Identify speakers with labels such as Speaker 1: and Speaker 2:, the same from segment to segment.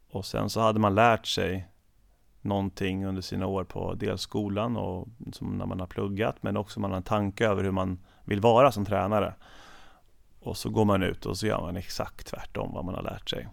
Speaker 1: Och sen så hade man lärt sig någonting under sina år på dels skolan och som när man har pluggat, men också man har en tanke över hur man vill vara som tränare. Och så går man ut och så gör man exakt tvärtom vad man har lärt sig.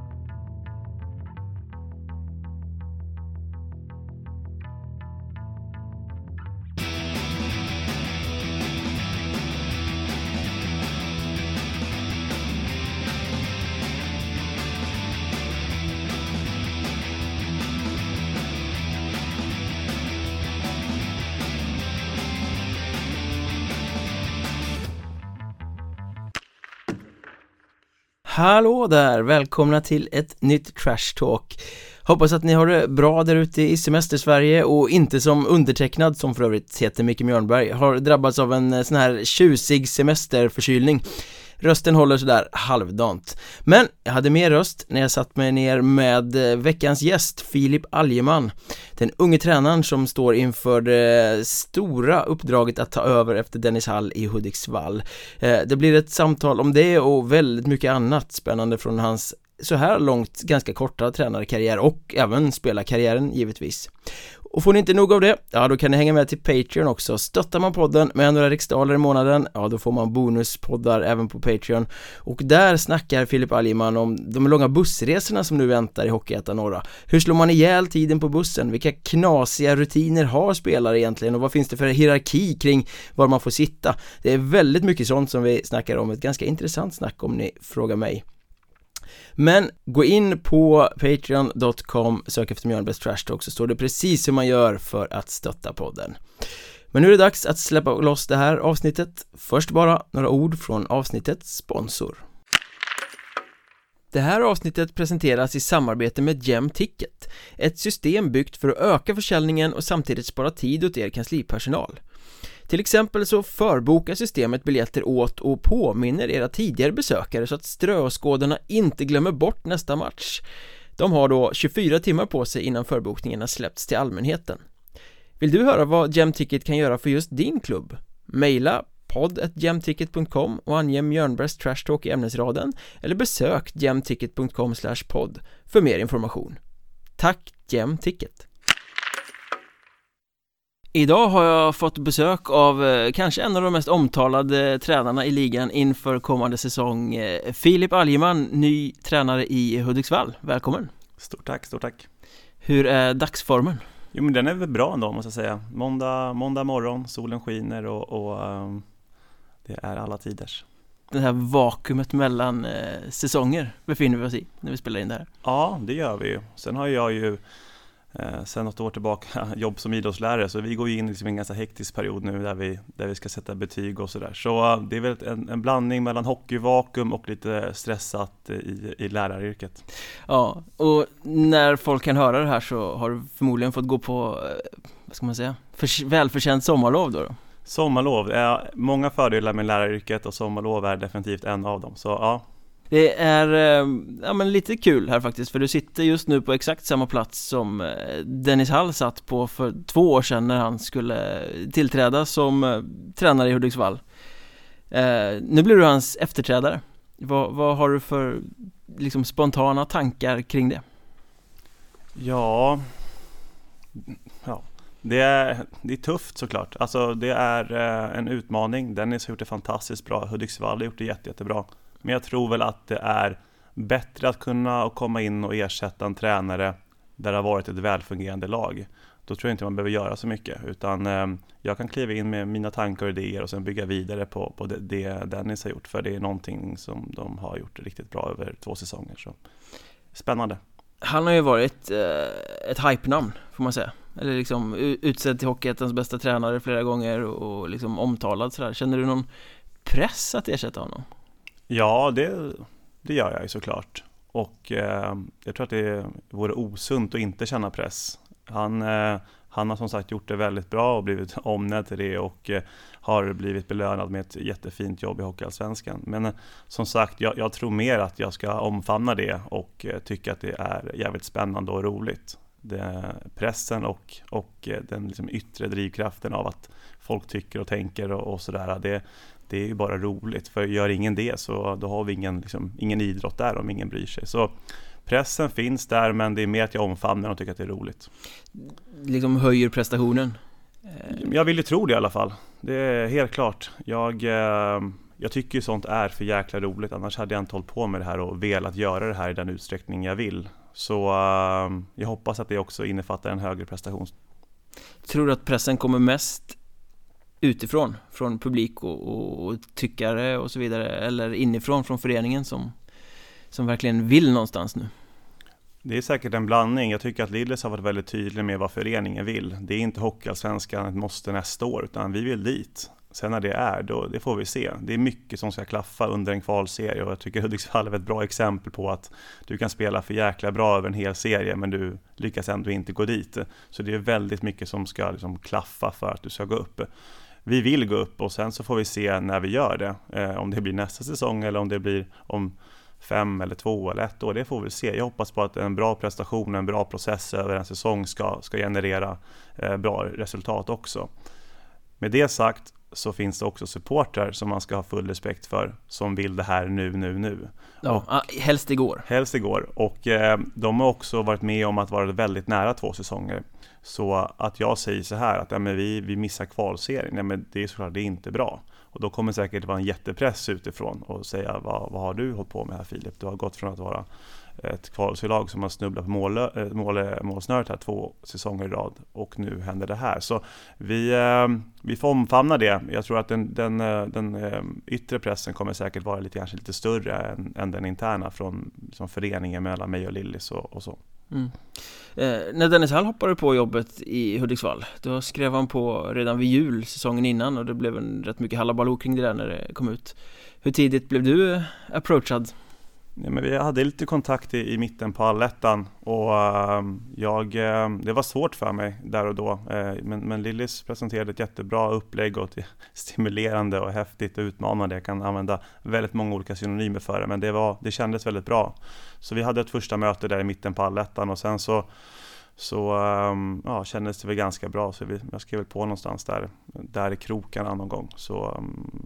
Speaker 2: Hallå där, välkomna till ett nytt Trash Talk. Hoppas att ni har det bra där ute i semester-Sverige och inte som undertecknad, som för övrigt heter Micke Mjörnberg, har drabbats av en sån här tjusig semesterförkylning. Rösten håller sådär halvdant. Men jag hade mer röst när jag satt mig ner med veckans gäst, Filip Algeman. Den unge tränaren som står inför det stora uppdraget att ta över efter Dennis Hall i Hudiksvall. Det blir ett samtal om det och väldigt mycket annat spännande från hans så här långt ganska korta tränarkarriär och även spelarkarriären givetvis. Och får ni inte nog av det, ja då kan ni hänga med till Patreon också. Stöttar man podden med några riksdaler i månaden, ja då får man bonuspoddar även på Patreon. Och där snackar Filip Algeman om de långa bussresorna som nu väntar i Hockeyettan Norra. Hur slår man ihjäl tiden på bussen? Vilka knasiga rutiner har spelare egentligen? Och vad finns det för hierarki kring var man får sitta? Det är väldigt mycket sånt som vi snackar om. Ett ganska intressant snack om ni frågar mig. Men gå in på patreon.com, sök efter Mjörnbergs Trash Talk, så står det precis hur man gör för att stötta podden. Men nu är det dags att släppa loss det här avsnittet. Först bara några ord från avsnittets sponsor. Det här avsnittet presenteras i samarbete med Gemticket, ett system byggt för att öka försäljningen och samtidigt spara tid åt er kanslipersonal. Till exempel så förbokar systemet biljetter åt och påminner era tidigare besökare så att ströskådarna inte glömmer bort nästa match. De har då 24 timmar på sig innan förbokningarna släppts till allmänheten. Vill du höra vad Gemticket kan göra för just din klubb? Maila podd@gemticket.com och ange Mjörnbergs Trash Talk i ämnesraden eller besök gemticket.com/podd för mer information. Tack Gemticket! Idag har jag fått besök av kanske en av de mest omtalade tränarna i ligan inför kommande säsong, Filip Algeman, ny tränare i Hudiksvall. Välkommen.
Speaker 1: Stort tack.
Speaker 2: Hur är dagsformen?
Speaker 1: Jo, men den är väl bra ändå måste jag säga. Måndag morgon, solen skiner och det är alla tiders.
Speaker 2: Det här vakuumet mellan säsonger befinner vi oss i när vi spelar in det här.
Speaker 1: Ja, det gör vi ju. Sen har jag ju sen något år tillbaka jobb som idrottslärare, så vi går ju in i en ganska hektisk period nu där vi ska sätta betyg och sådär. Så det är väl en blandning mellan hockeyvakuum och lite stressat i läraryrket.
Speaker 2: Ja, och när folk kan höra det här så har du förmodligen fått gå på, vad ska man säga, välförtjänt sommarlov då?
Speaker 1: Sommarlov är många fördelar med läraryrket och sommarlov är definitivt en av dem, så ja.
Speaker 2: Det är men lite kul här faktiskt, för du sitter just nu på exakt samma plats som Dennis Hall satt på för 2 år sedan när han skulle tillträda som tränare i Hudiksvall. Nu blir du hans efterträdare. Vad har du för liksom spontana tankar kring det?
Speaker 1: Ja, det är tufft såklart. Alltså det är en utmaning. Dennis har gjort det fantastiskt bra. Hudiksvall har gjort det jättebra. Men jag tror väl att det är bättre att kunna komma in och ersätta en tränare där det har varit ett välfungerande lag. Då tror jag inte man behöver göra så mycket. Utan jag kan kliva in med mina tankar och idéer och sen bygga vidare på det Dennis har gjort. För det är någonting som de har gjort riktigt bra över 2 säsonger. Så spännande.
Speaker 2: Han har ju varit ett hype-namn får man säga. Eller liksom utsedd till Hockeyettans bästa tränare flera gånger och liksom omtalad sådär. Känner du någon press att ersätta honom?
Speaker 1: Ja, det gör jag ju såklart. Och jag tror att det vore osunt att inte känna press. Han har som sagt gjort det väldigt bra och blivit omnämnd till det och har blivit belönad med ett jättefint jobb i Hockeyallsvenskan. Men som sagt, jag tror mer att jag ska omfamna det och tycka att det är jävligt spännande och roligt. Pressen och den liksom yttre drivkraften av att folk tycker och tänker och sådär, det är ju bara roligt. För gör ingen det så då har vi ingen idrott där om ingen bryr sig. Så pressen finns där, men det är mer att jag omfamnar och tycker att det är roligt.
Speaker 2: Liksom höjer prestationen?
Speaker 1: Jag vill ju tro det i alla fall. Det är helt klart. Jag tycker ju sånt är för jäkla roligt. Annars hade jag inte hållit på med det här och velat göra det här i den utsträckning jag vill. Så jag hoppas att det också innefattar en högre prestation.
Speaker 2: Tror du att pressen kommer mest utifrån? Från publik och tyckare och så vidare? Eller inifrån från föreningen som verkligen vill någonstans nu?
Speaker 1: Det är säkert en blandning. Jag tycker att Lilles har varit väldigt tydlig med vad föreningen vill. Det är inte Hockeyallsvenskan ett måste nästa år, utan vi vill dit. Sen när det är, då, det får vi se. Det är mycket som ska klaffa under en kvalserie och jag tycker Hudiksvall är ett bra exempel på att du kan spela för jäkla bra över en hel serie men du lyckas ändå inte gå dit. Så det är väldigt mycket som ska liksom klaffa för att du ska gå upp. Vi vill gå upp och sen så får vi se när vi gör det. Om det blir nästa säsong eller om det blir om 5 eller 2 eller 1 år, det får vi se. Jag hoppas på att en bra prestation, en bra process över en säsong ska generera bra resultat också. Med det sagt så finns det också supportrar som man ska ha full respekt för som vill det här nu.
Speaker 2: Ja, helst igår.
Speaker 1: Helst igår. Och de har också varit med om att vara väldigt nära 2 säsonger. Så att jag säger så här att men vi missar kvalserien, men det är såklart det är inte bra. Och då kommer säkert vara en jättepress utifrån och säga vad har du hållit på med här, Filip? Du har gått från att vara ett kvalserielag som har snubblat på målsnöret här 2 säsonger i rad och nu händer det här. Så vi får omfamna det. Jag tror att den yttre pressen kommer säkert vara kanske lite större än den interna från föreningen mellan mig och Lillis och så.
Speaker 2: Mm. När Dennis Hall hoppade på jobbet i Hudiksvall, då skrev han på redan vid jul säsongen innan och det blev rätt mycket halabaloo kring det där när det kom ut. Hur tidigt blev du approachad?
Speaker 1: Ja, men vi hade lite kontakt i mitten på allettan och det var svårt för mig där och då. Men Lillis presenterade ett jättebra upplägg och stimulerande och häftigt och utmanande. Jag kan använda väldigt många olika synonymer för det, men det kändes väldigt bra. Så vi hade ett första möte där i mitten på allettan och sen så kändes det väl ganska bra. Så jag skrev väl på någonstans där i krokarna någon gång. Så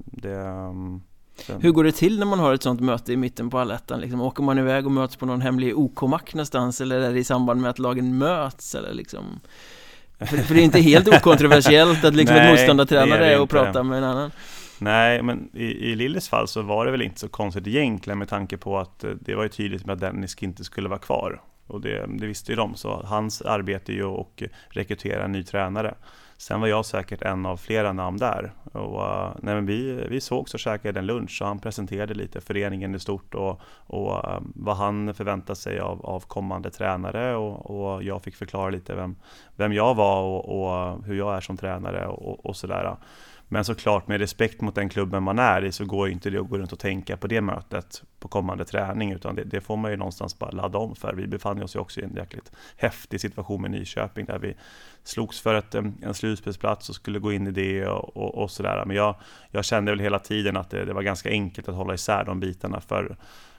Speaker 2: Hur går det till när man har ett sånt möte i mitten på allettan? Liksom, åker man iväg och möts på någon hemlig OK-mack någonstans eller är det i samband med att lagen möts? Eller liksom? För det är inte helt okontroversiellt att liksom ett motståndartränare är och pratar med en annan.
Speaker 1: Nej, men i Lilles fall så var det väl inte så konstigt egentligen med tanke på att det var ju tydligt med att Dennis inte skulle vara kvar. Och det visste ju de, så hans arbete är ju att rekrytera en ny tränare. Sen var jag säkert en av flera namn där. Och, vi såg så käkade en lunch och han presenterade lite föreningen i stort och vad han förväntade sig av kommande tränare och jag fick förklara lite vem jag var och hur jag är som tränare och sådär. Men såklart med respekt mot den klubben man är i så går inte det att gå runt och tänka på det mötet på kommande träning, utan det får man ju någonstans bara ladda om för. Vi befann oss ju också i en jäkligt häftig situation med Nyköping där vi slogs för en slutspelsplats och skulle gå in i det och sådär. Men jag kände väl hela tiden att det var ganska enkelt att hålla isär de bitarna för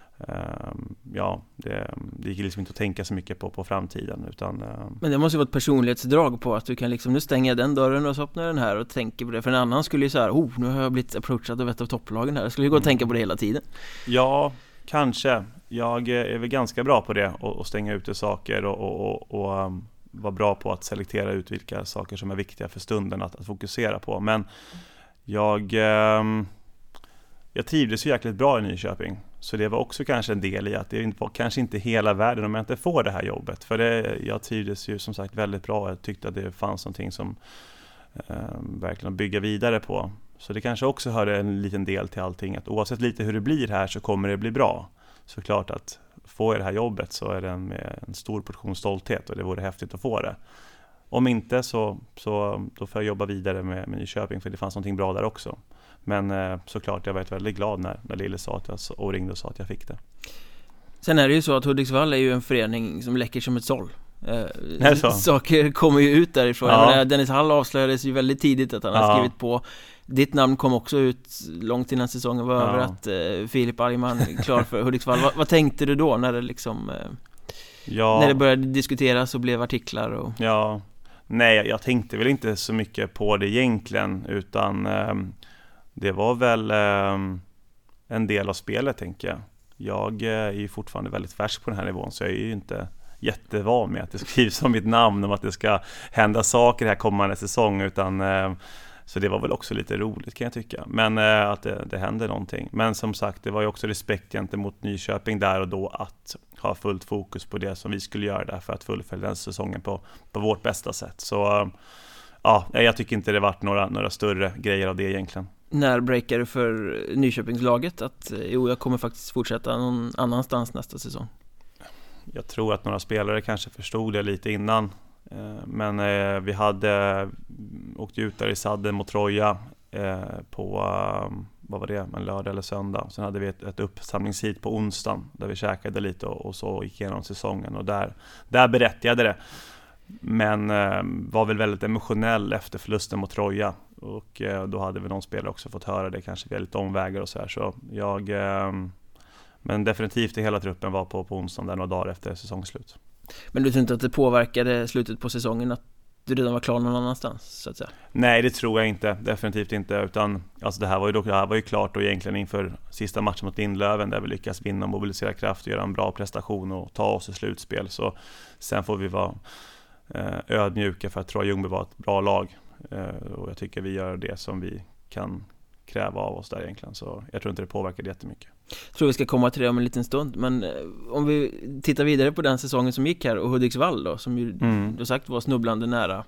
Speaker 1: det gick liksom inte att tänka så mycket på framtiden utan,
Speaker 2: Men det måste ju vara ett personlighetsdrag på att du kan liksom, nu stänger den dörren och så öppnar den här och tänker på det, för en annan skulle ju så här, nu har jag blivit approachad av ett av topplagen här, jag skulle ju gå och tänka på det hela tiden.
Speaker 1: Ja, kanske. Jag är väl ganska bra på det och stänga ute saker och vara bra på att selektera ut vilka saker som är viktiga för stunden att fokusera på, men jag trivdes ju jäkligt bra i Nyköping. Så det var också kanske en del i att det var kanske inte hela världen om jag inte får det här jobbet. För jag trivdes ju som sagt väldigt bra. Jag tyckte att det fanns någonting som verkligen att bygga vidare på. Så det kanske också hörde en liten del till allting. Att oavsett lite hur det blir här så kommer det bli bra. Såklart att får jag det här jobbet så är det med en stor portion stolthet och det vore häftigt att få det. Om inte så då får jag jobba vidare med Nyköping för det fanns någonting bra där också. Men såklart jag var väldigt glad när Lille sa att jag ringde och sa att jag fick det.
Speaker 2: Sen är det ju så att Hudiksvall är ju en förening som läcker som ett såll. Saker kommer ju ut därifrån.
Speaker 1: Ja.
Speaker 2: Dennis Hall avslöjades ju väldigt tidigt att han har skrivit på. Ditt namn kom också ut långt innan säsongen var över att Filip Argman är klar för Hudiksvall. Vad tänkte du då när det liksom när det började diskuteras och blev artiklar? Och...
Speaker 1: Ja, nej jag tänkte väl inte så mycket på det egentligen utan det var väl en del av spelet tänker jag. jag är ju fortfarande väldigt färsk på den här nivån, så jag är ju inte jättevan med att det skrivs om mitt namn, om att det ska hända saker här kommande säsong, utan så det var väl också lite roligt kan jag tycka, men att det hände någonting. Men som sagt, det var ju också respekt gentemot Nyköping där och då att ha fullt fokus på det som vi skulle göra där för att fullfölja den säsongen på vårt bästa sätt. Så ja, jag tycker inte det varit några större grejer av det egentligen.
Speaker 2: När breakar du för Nyköpingslaget att jag kommer faktiskt fortsätta någon annanstans nästa säsong?
Speaker 1: Jag tror att några spelare kanske förstod det lite innan. Men vi hade åkt ut där i sadden mot Troja på, vad var det, en lördag eller söndag. Sen hade vi ett uppsamlingshit på onsdagen där vi käkade lite och så gick igenom säsongen. Och där berättade det. Men var väl väldigt emotionell efter förlusten mot Troja. Och då hade vi någon spelare också fått höra det kanske via lite omvägar och så här. Så men definitivt i hela truppen var på onsdagen där några dagar efter säsongslut.
Speaker 2: Men du tror inte att det påverkade slutet på säsongen att du redan var klar någon annanstans så att säga?
Speaker 1: Nej, det tror jag inte, definitivt inte, utan alltså det här var ju klart och egentligen inför sista matchen mot Lindlöven där vi lyckas vinna och mobilisera kraft och göra en bra prestation och ta oss i slutspel. Så sen får vi vara ödmjuka för att Troja Ljungby var ett bra lag och jag tycker vi gör det som vi kan kräva av oss där egentligen, så jag tror inte det påverkar jättemycket.
Speaker 2: Jag tror vi ska komma till det om en liten stund, men om vi tittar vidare på den säsongen som gick här och Hudiksvall då, som ju du sagt var snubblande nära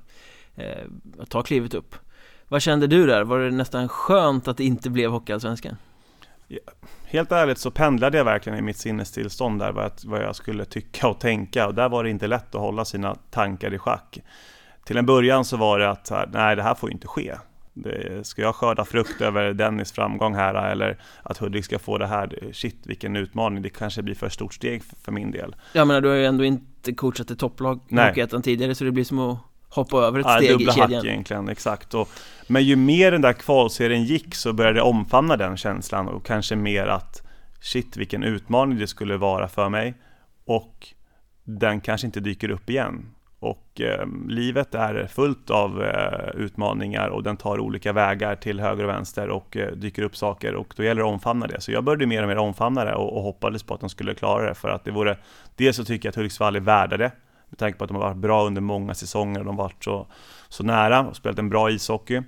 Speaker 2: att ta klivet upp. Vad kände du där? Var det nästan skönt att det inte blev Hockeyallsvenskan?
Speaker 1: Ja, helt ärligt så pendlade jag verkligen i mitt sinnestillstånd där vad jag skulle tycka och tänka, och där var det inte lätt att hålla sina tankar i schack. Till en början så var det att nej, det här får ju inte ske. Ska jag skörda frukt över Dennis framgång här, eller att Hudik ska få det här, shit vilken utmaning, det kanske blir för stort steg för min del.
Speaker 2: Ja, men du har ju ändå inte coachat ett topplag tidigare, så det blir som att hoppa över ett steg
Speaker 1: dubbla
Speaker 2: i kedjan.
Speaker 1: Hack egentligen, exakt. Men ju mer den där kvalserien gick så började jag omfamna den känslan och kanske mer att shit vilken utmaning det skulle vara för mig, och den kanske inte dyker upp igen. Och livet är fullt av utmaningar och den tar olika vägar till höger och vänster och dyker upp saker, och då gäller det att omfamna det. Så jag började mer och mer omfamna det och hoppades på att de skulle klara det, för att det vore, dels så tycker jag att Hudiksvall är värda det med tanke på att de har varit bra under många säsonger och de har varit så nära och spelat en bra ishockey.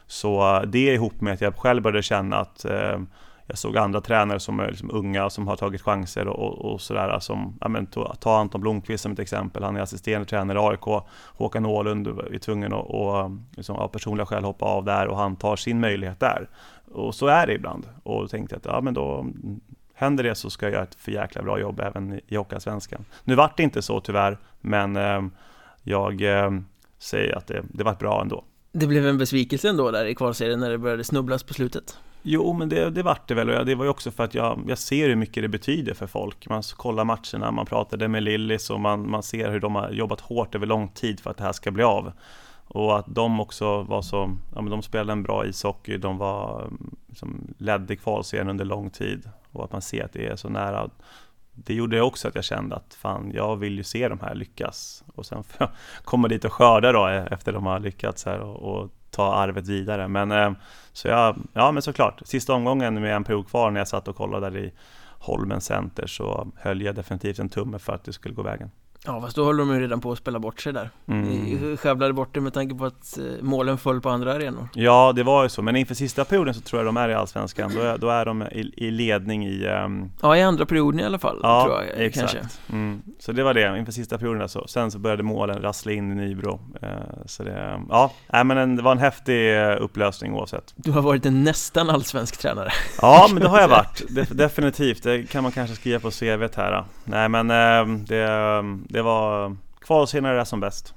Speaker 1: Så det ihop med att jag själv började känna att jag såg andra tränare som är liksom unga som har tagit chanser och sådär, som ta Anton Blomqvist som ett exempel. Han är assisterande tränare i AIK. Håkan Åhlund är tvungen att liksom, av personliga skäl hoppa av där, och han tar sin möjlighet där. Och så är det ibland. Och då tänkte jag att men då händer det så ska jag göra ett för jäkla bra jobb även i Hockeyallsvenskan. Nu vart det inte så tyvärr, men jag säger att det var bra ändå.
Speaker 2: Det blev en besvikelse ändå där i kvalserien när det började snubblas på slutet.
Speaker 1: Jo, men det vart det väl, och det var ju också för att jag ser hur mycket det betyder för folk. Man kollar matcherna, man pratade med Lillis och man ser hur de har jobbat hårt över lång tid för att det här ska bli av. Och att de också var så, de spelade en bra ishockey, de var liksom ledde kvalserien under lång tid, och att man ser att det är så nära. Det gjorde också att jag kände att fan, jag vill ju se de här lyckas, och sen får jag komma dit och skörda då efter de har lyckats här och ta arvet vidare. Men så men såklart, sista omgången med en period kvar när jag satt och kollade där i Holmen Center, så höll jag definitivt en tumme för att det skulle gå vägen.
Speaker 2: Ja, fast då håller de ju redan på att spela bort sig där. Skövlade bort det med tanke på att målen föll på andra arenor. Ja, det var ju så. Men inför sista perioden så tror jag de är i Allsvenskan. Då är de i ledning i... Ja, i andra perioden i alla fall, tror jag.
Speaker 1: Exakt.
Speaker 2: Kanske.
Speaker 1: Så det var det, inför sista perioden. Sen så började målen rassla in i Nybro. Så det... men det var en häftig upplösning oavsett. Du
Speaker 2: har varit en nästan allsvensk tränare.
Speaker 1: Ja, men det har jag varit. Definitivt. Det kan man kanske skriva på CV:t här. Nej, men det var kvalserien där som bäst.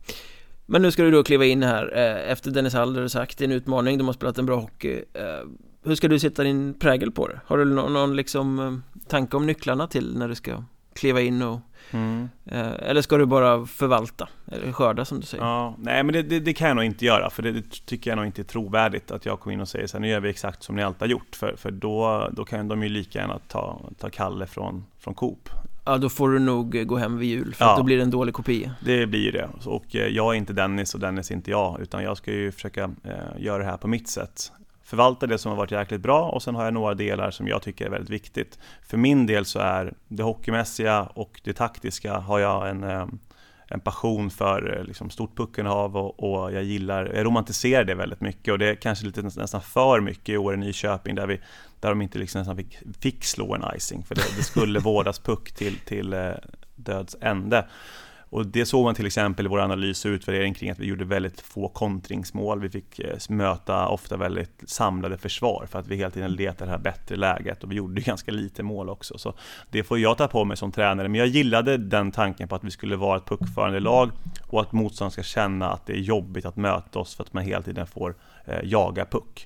Speaker 2: Men nu ska du då kliva in här efter Dennis Hall, har du sagt, det är en utmaning, de har spelat en bra hockey. Hur ska du sätta din prägel på det? Har du någon liksom tanke om nycklarna till när du ska kliva in och eller ska du bara förvalta eller skörda som du säger? Ja, nej, men det kan jag nog inte göra, för det tycker jag nog inte är trovärdigt att jag kommer in och säger så här, nu gör vi exakt som ni alltid har gjort, för då kan de ju lika gärna ta Kalle från Coop. Ja, då får du nog gå hem vid jul, för att då blir det en dålig kopia. Det blir det, och jag är inte Dennis och Dennis är inte jag, utan jag ska ju försöka göra det här på mitt sätt.
Speaker 1: förvalta det som har varit jäkligt bra, och sen har jag några delar som jag tycker är väldigt viktigt. För min del så är det hockeymässiga och det taktiska har jag en passion för, liksom stort puckenhav, och jag romantiserar det väldigt mycket, och det är kanske lite nästan för mycket i år i Nyköping där de inte liksom nästan fick slå en icing, för det skulle vårdas puck till döds ände. Och det såg man till exempel i vår analys och utvärdering kring att vi gjorde väldigt få kontringsmål. Vi fick möta ofta väldigt samlade försvar för att vi hela tiden letade det här bättre läget, och vi gjorde ganska lite mål också. Så det får jag ta på mig som tränare. Men jag gillade den tanken på att vi skulle vara ett puckförande lag och att motståndaren ska känna att det är jobbigt att möta oss för att man hela tiden får jaga puck.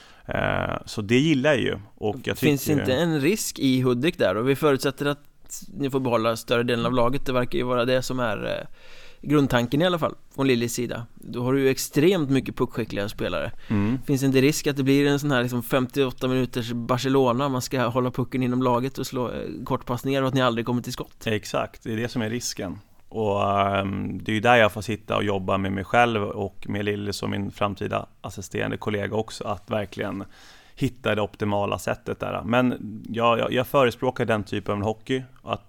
Speaker 1: Så det gillar jag ju. Och jag
Speaker 2: finns inte en risk i Hudik där? Och vi förutsätter att ni får behålla större delen av laget. Det verkar ju vara det som är grundtanken i alla fall från Lillis sida. Då har du ju extremt mycket puckskickliga spelare. Finns inte risk att det blir en sån här liksom 58 minuters Barcelona, man ska hålla pucken inom laget och slå kortpassningar och att ni aldrig kommer till skott?
Speaker 1: Exakt, det är det som är risken. Och det är ju där jag får sitta och jobba med mig själv och med Lillis som min framtida assisterande kollega också, att verkligen hitta det optimala sättet där. Men jag förespråkar den typen av hockey,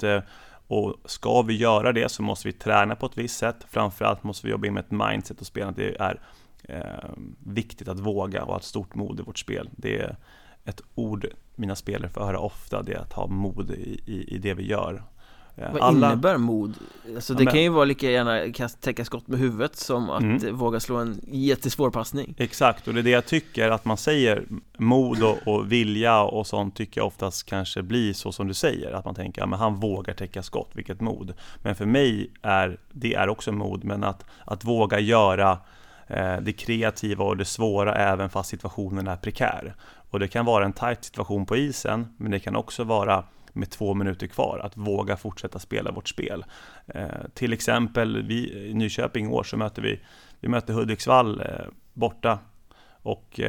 Speaker 1: och ska vi göra det så måste vi träna på ett visst sätt. Framförallt måste vi jobba in med ett mindset och spela. Det är viktigt att våga och ha ett stort mod i vårt spel. Det är ett ord mina spelare får höra ofta, det är att ha mod i det vi gör.
Speaker 2: Vad innebär mod? Alltså det kan ju vara lika gärna täcka skott med huvudet som att våga slå en jättesvår passning.
Speaker 1: Exakt, och det är det jag tycker, att man säger mod och vilja och sånt, tycker jag oftast kanske blir så som du säger, att man tänker men han vågar täcka skott, vilket mod. Men för mig är det också mod, men att våga göra det kreativa och det svåra även fast situationen är prekär. Och det kan vara en tight situation på isen, men det kan också vara med 2 minuter kvar, att våga fortsätta spela vårt spel. Till exempel i Nyköping i år så möter Hudiksvall borta, och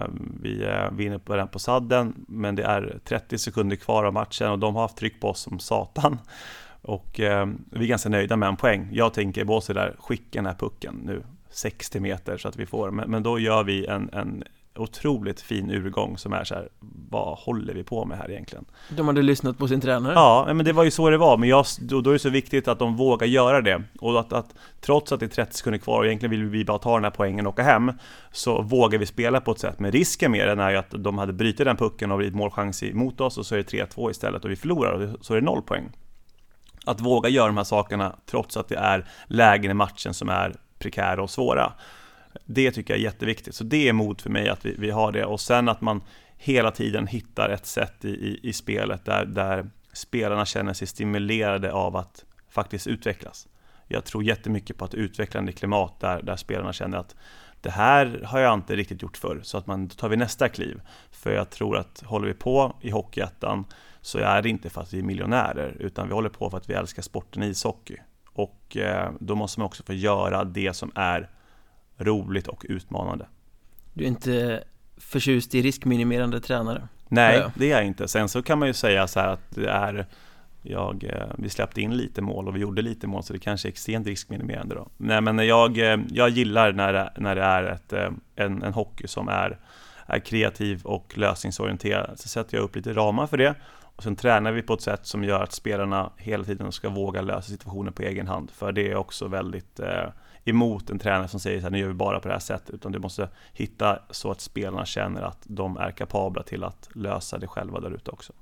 Speaker 1: vi vinner på den på sadden, men det är 30 sekunder kvar av matchen och de har haft tryck på oss som satan, och vi är ganska nöjda med en poäng. Jag tänker bås där, skicka den här pucken nu 60 meter så att vi får, men då gör vi en otroligt fin urgång som är så här, vad håller vi på med här egentligen?
Speaker 2: De hade lyssnat på sin tränare.
Speaker 1: Ja, men det var ju så det var, men då är det så viktigt att de vågar göra det, och att trots att det är 30 sekunder kvar och egentligen vill vi bara ta den här poängen och åka hem, så vågar vi spela på ett sätt. Men risken med den är ju att de hade brutit den pucken och blivit målchans mot oss, och så är det 3-2 istället och vi förlorar, och så är det 0 poäng. Att våga göra de här sakerna trots att det är lägen i matchen som är prekära och svåra, det tycker jag är jätteviktigt. Så det är mod för mig att vi har det. Och sen att man hela tiden hittar ett sätt i spelet där spelarna känner sig stimulerade av att faktiskt utvecklas. Jag tror jättemycket på att utvecklande klimat där spelarna känner att det här har jag inte riktigt gjort förr, så att då tar vi nästa kliv. För jag tror att håller vi på i Hockeyettan så är det inte för att vi är miljonärer, utan vi håller på för att vi älskar sporten ishockey. Och då måste man också få göra det som är roligt och utmanande.
Speaker 2: Du är inte förtjust i riskminimerande tränare?
Speaker 1: Nej, det är jag inte. Sen så kan man ju säga så här att det är vi släppte in lite mål och vi gjorde lite mål, så det kanske är extremt riskminimerande då. Nej, men jag gillar när det är en hockey som är kreativ och lösningsorienterad. Så sätter jag upp lite ramar för det, och sen tränar vi på ett sätt som gör att spelarna hela tiden ska våga lösa situationer på egen hand. För det är också väldigt emot en tränare som säger så här, nu gör vi bara på det här sättet, utan du måste hitta så att spelarna känner att de är kapabla till att lösa det själva där ute också.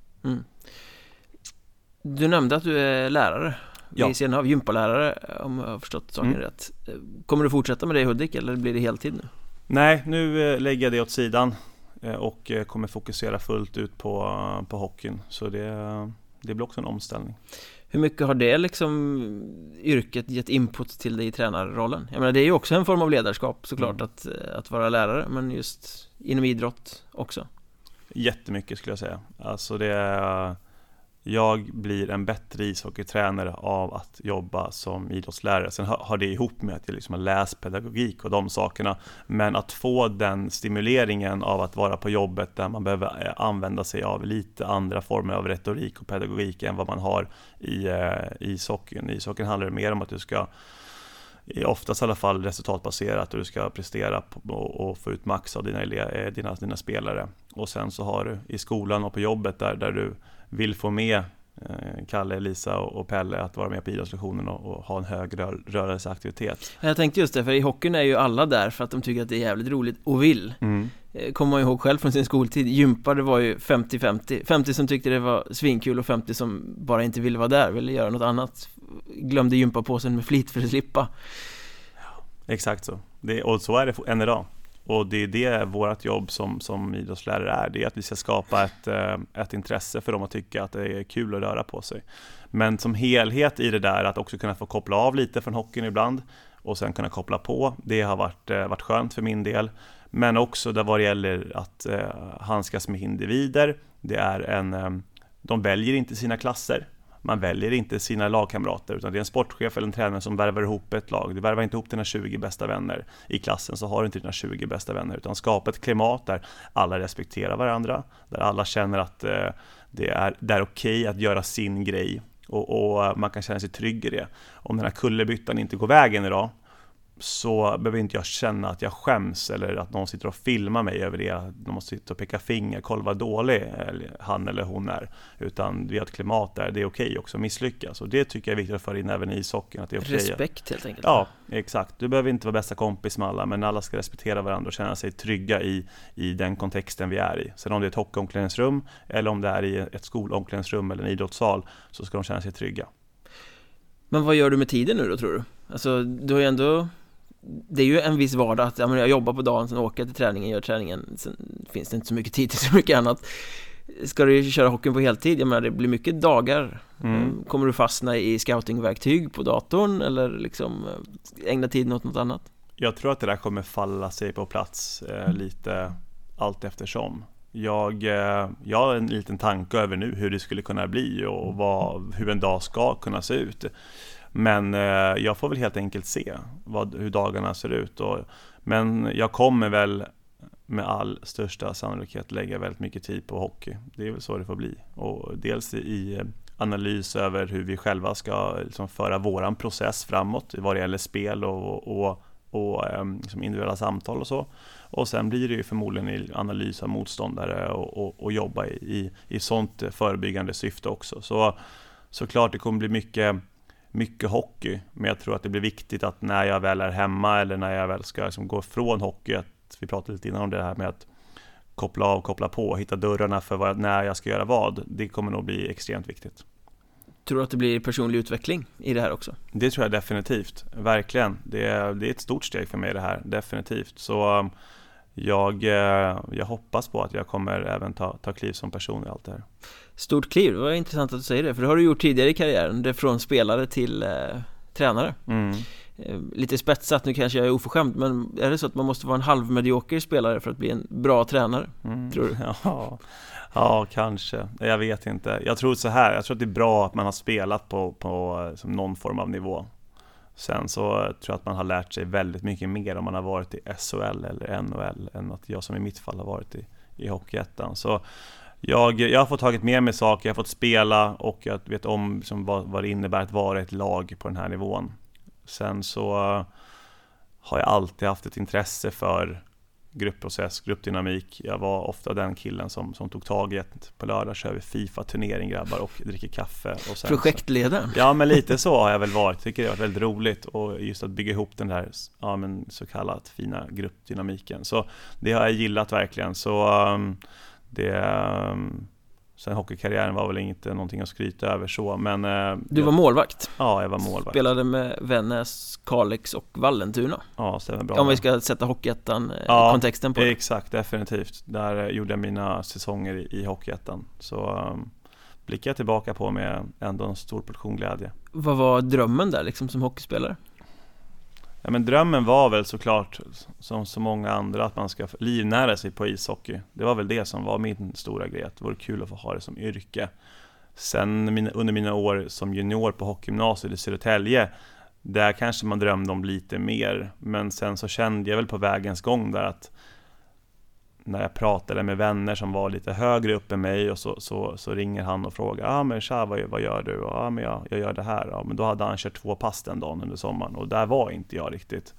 Speaker 2: Du nämnde att du är lärare.
Speaker 1: Ja.
Speaker 2: Vi ser av gympalärare, om jag har förstått saken rätt. Kommer du fortsätta med det i Hudik, eller blir det heltid nu?
Speaker 1: Nej, nu lägger jag det åt sidan och kommer fokusera fullt ut på hockeyn. Så det blir också en omställning.
Speaker 2: Hur mycket har det liksom yrket gett input till dig i tränarrollen? Jag menar, det är ju också en form av ledarskap såklart att vara lärare, men just inom idrott också.
Speaker 1: Jättemycket skulle jag säga. Alltså jag blir en bättre ishockeytränare av att jobba som idrottslärare. Sen har det ihop med att jag liksom har läst pedagogik och de sakerna. Men att få den stimuleringen av att vara på jobbet där man behöver använda sig av lite andra former av retorik och pedagogik än vad man har i ishockeyn. I ishockeyn handlar det mer om att du ska oftast i alla fall resultatbaserat och du ska prestera och få ut max av dina spelare. Och sen så har du i skolan och på jobbet där du vill få med Kalle, Lisa och Pelle att vara med på idrottslektionen och ha en hög rörelseaktivitet.
Speaker 2: Jag tänkte just det, för i hockeyn är ju alla där för att de tycker att det är jävligt roligt och vill. Kommer man ihåg själv från sin skoltid. Gympa, det var ju 50-50. 50 som tyckte det var svinkul och 50 som bara inte ville vara där, ville göra något annat. Glömde gympapåsen med flit för att slippa.
Speaker 1: Ja, exakt så. Och så är det än idag. Och det är det vårt jobb som idrottslärare är. Det är att vi ska skapa ett intresse för dem att tycka att det är kul att röra på sig. Men som helhet i det där att också kunna få koppla av lite från hockeyn ibland och sen kunna koppla på. Det har varit skönt för min del. Men också där vad det gäller att handskas med individer. Det är de väljer inte sina klasser. Man väljer inte sina lagkamrater, utan det är en sportchef eller en tränare som värvar ihop ett lag. Du värvar inte ihop dina 20 bästa vänner i klassen, så har du inte dina 20 bästa vänner, utan skapa ett klimat där alla respekterar varandra, där alla känner att det är okej att göra sin grej och man kan känna sig trygg i det. Om den här kullerbyttan inte går vägen idag, så behöver inte jag känna att jag skäms eller att någon sitter och filmar mig över det. De måste sitta och peka finger, kolla vad dålig han eller hon är. Utan vi har ett klimat där det är okej också att misslyckas. Och det tycker jag är viktigt att föra in även i ishockeyn, att det är okej.
Speaker 2: Respekt helt enkelt.
Speaker 1: Ja, exakt. Du behöver inte vara bästa kompis med alla, men alla ska respektera varandra och känna sig trygga i den kontexten vi är i. Sen om det är ett hockeyomklädningsrum eller om det är i ett skolomklädningsrum eller en idrottssal, så ska de känna sig trygga. Men
Speaker 2: vad gör du med tiden nu då, tror du? Alltså, du har ju ändå... Det är ju en viss vardag att jag jobbar på dagen, sen åker jag till träningen, gör träningen, sen finns det inte så mycket tid till så mycket annat. Ska du köra hockeyn på heltid? Jag menar, det blir mycket dagar. Kommer du fastna i scoutingverktyg på datorn eller liksom ägna tiden åt något annat? Jag tror att det där kommer falla sig på plats lite allt eftersom. Jag har en liten tanke över nu hur det skulle kunna bli och hur en dag ska kunna se ut. Men jag får väl helt enkelt se hur dagarna ser ut. Men jag kommer väl med all största sannolikhet lägga väldigt mycket tid på hockey. Det är väl så det får bli. Och dels i analys över hur vi själva ska liksom föra våran process framåt vad det gäller spel och liksom individuella samtal och så. Och sen blir det ju förmodligen i analys av motståndare och jobba i sånt förebyggande syfte också. Så klart det kommer bli mycket hockey, men jag tror att det blir viktigt att när jag väl är hemma eller när jag väl ska liksom gå från hockey, att vi pratade lite innan om det här med att koppla av, koppla på, hitta dörrarna för när jag ska göra vad, det kommer nog bli extremt viktigt. Tror du att det blir personlig utveckling i det här också? Det tror jag definitivt, verkligen. Det är ett stort steg för mig det här, definitivt. Så jag hoppas på att jag kommer även ta kliv som person i allt det här. Stort kliv, det var intressant att du säger det, för det har du gjort tidigare i karriären, det är från spelare till tränare. Lite spetsat, nu kanske jag är oförskämd, men är det så att man måste vara en halvmedioker spelare för att bli en bra tränare, tror du? Ja, kanske. Jag vet inte. Jag tror så här, jag tror att det är bra att man har spelat på som någon form av nivå. Sen så tror jag att man har lärt sig väldigt mycket mer om man har varit i SHL eller NHL än att jag som i mitt fall har varit i Hockeyettan. Så jag har fått tagit med mig saker, jag har fått spela och jag vet om liksom vad det innebär att vara ett lag på den här nivån. Sen så har jag alltid haft ett intresse för gruppprocess, gruppdynamik. Jag var ofta den killen som tog tag i på lördag, kör vi FIFA-turnering grabbar och dricker kaffe. Och sen projektledaren? Ja, men lite så har jag väl varit. Tycker det har varit väldigt roligt och just att bygga ihop den där så kallat fina gruppdynamiken. Så det har jag gillat verkligen. Så sen hockeykarriären var väl inte någonting att skryta över så, men du var målvakt? Ja, jag var målvakt. Spelade med Vännäs, Kalix och Vallentuna. Ja, stämmer bra. Om vi ska sätta Hockeyettan kontexten på det. Exakt, definitivt. Där gjorde jag mina säsonger i Hockeyettan. Så blickar jag tillbaka på med ändå en stor portion glädje. Vad var drömmen där liksom som hockeyspelare? Ja, men drömmen var väl såklart som så många andra att man ska livnära sig på ishockey. Det var väl det som var min stora grej, att det vore kul att få ha det som yrke. Sen under mina år som junior på hockeygymnasiet i Södertälje, där kanske man drömde om lite mer. Men sen så kände jag väl på vägens gång där att
Speaker 1: när jag pratade med vänner som var lite högre upp än mig, och så ringer han och frågar, men tja, vad gör du? Och, men jag gör det här. Ja, men då hade han kört 2 pass den dagen under sommaren, och där var inte jag riktigt.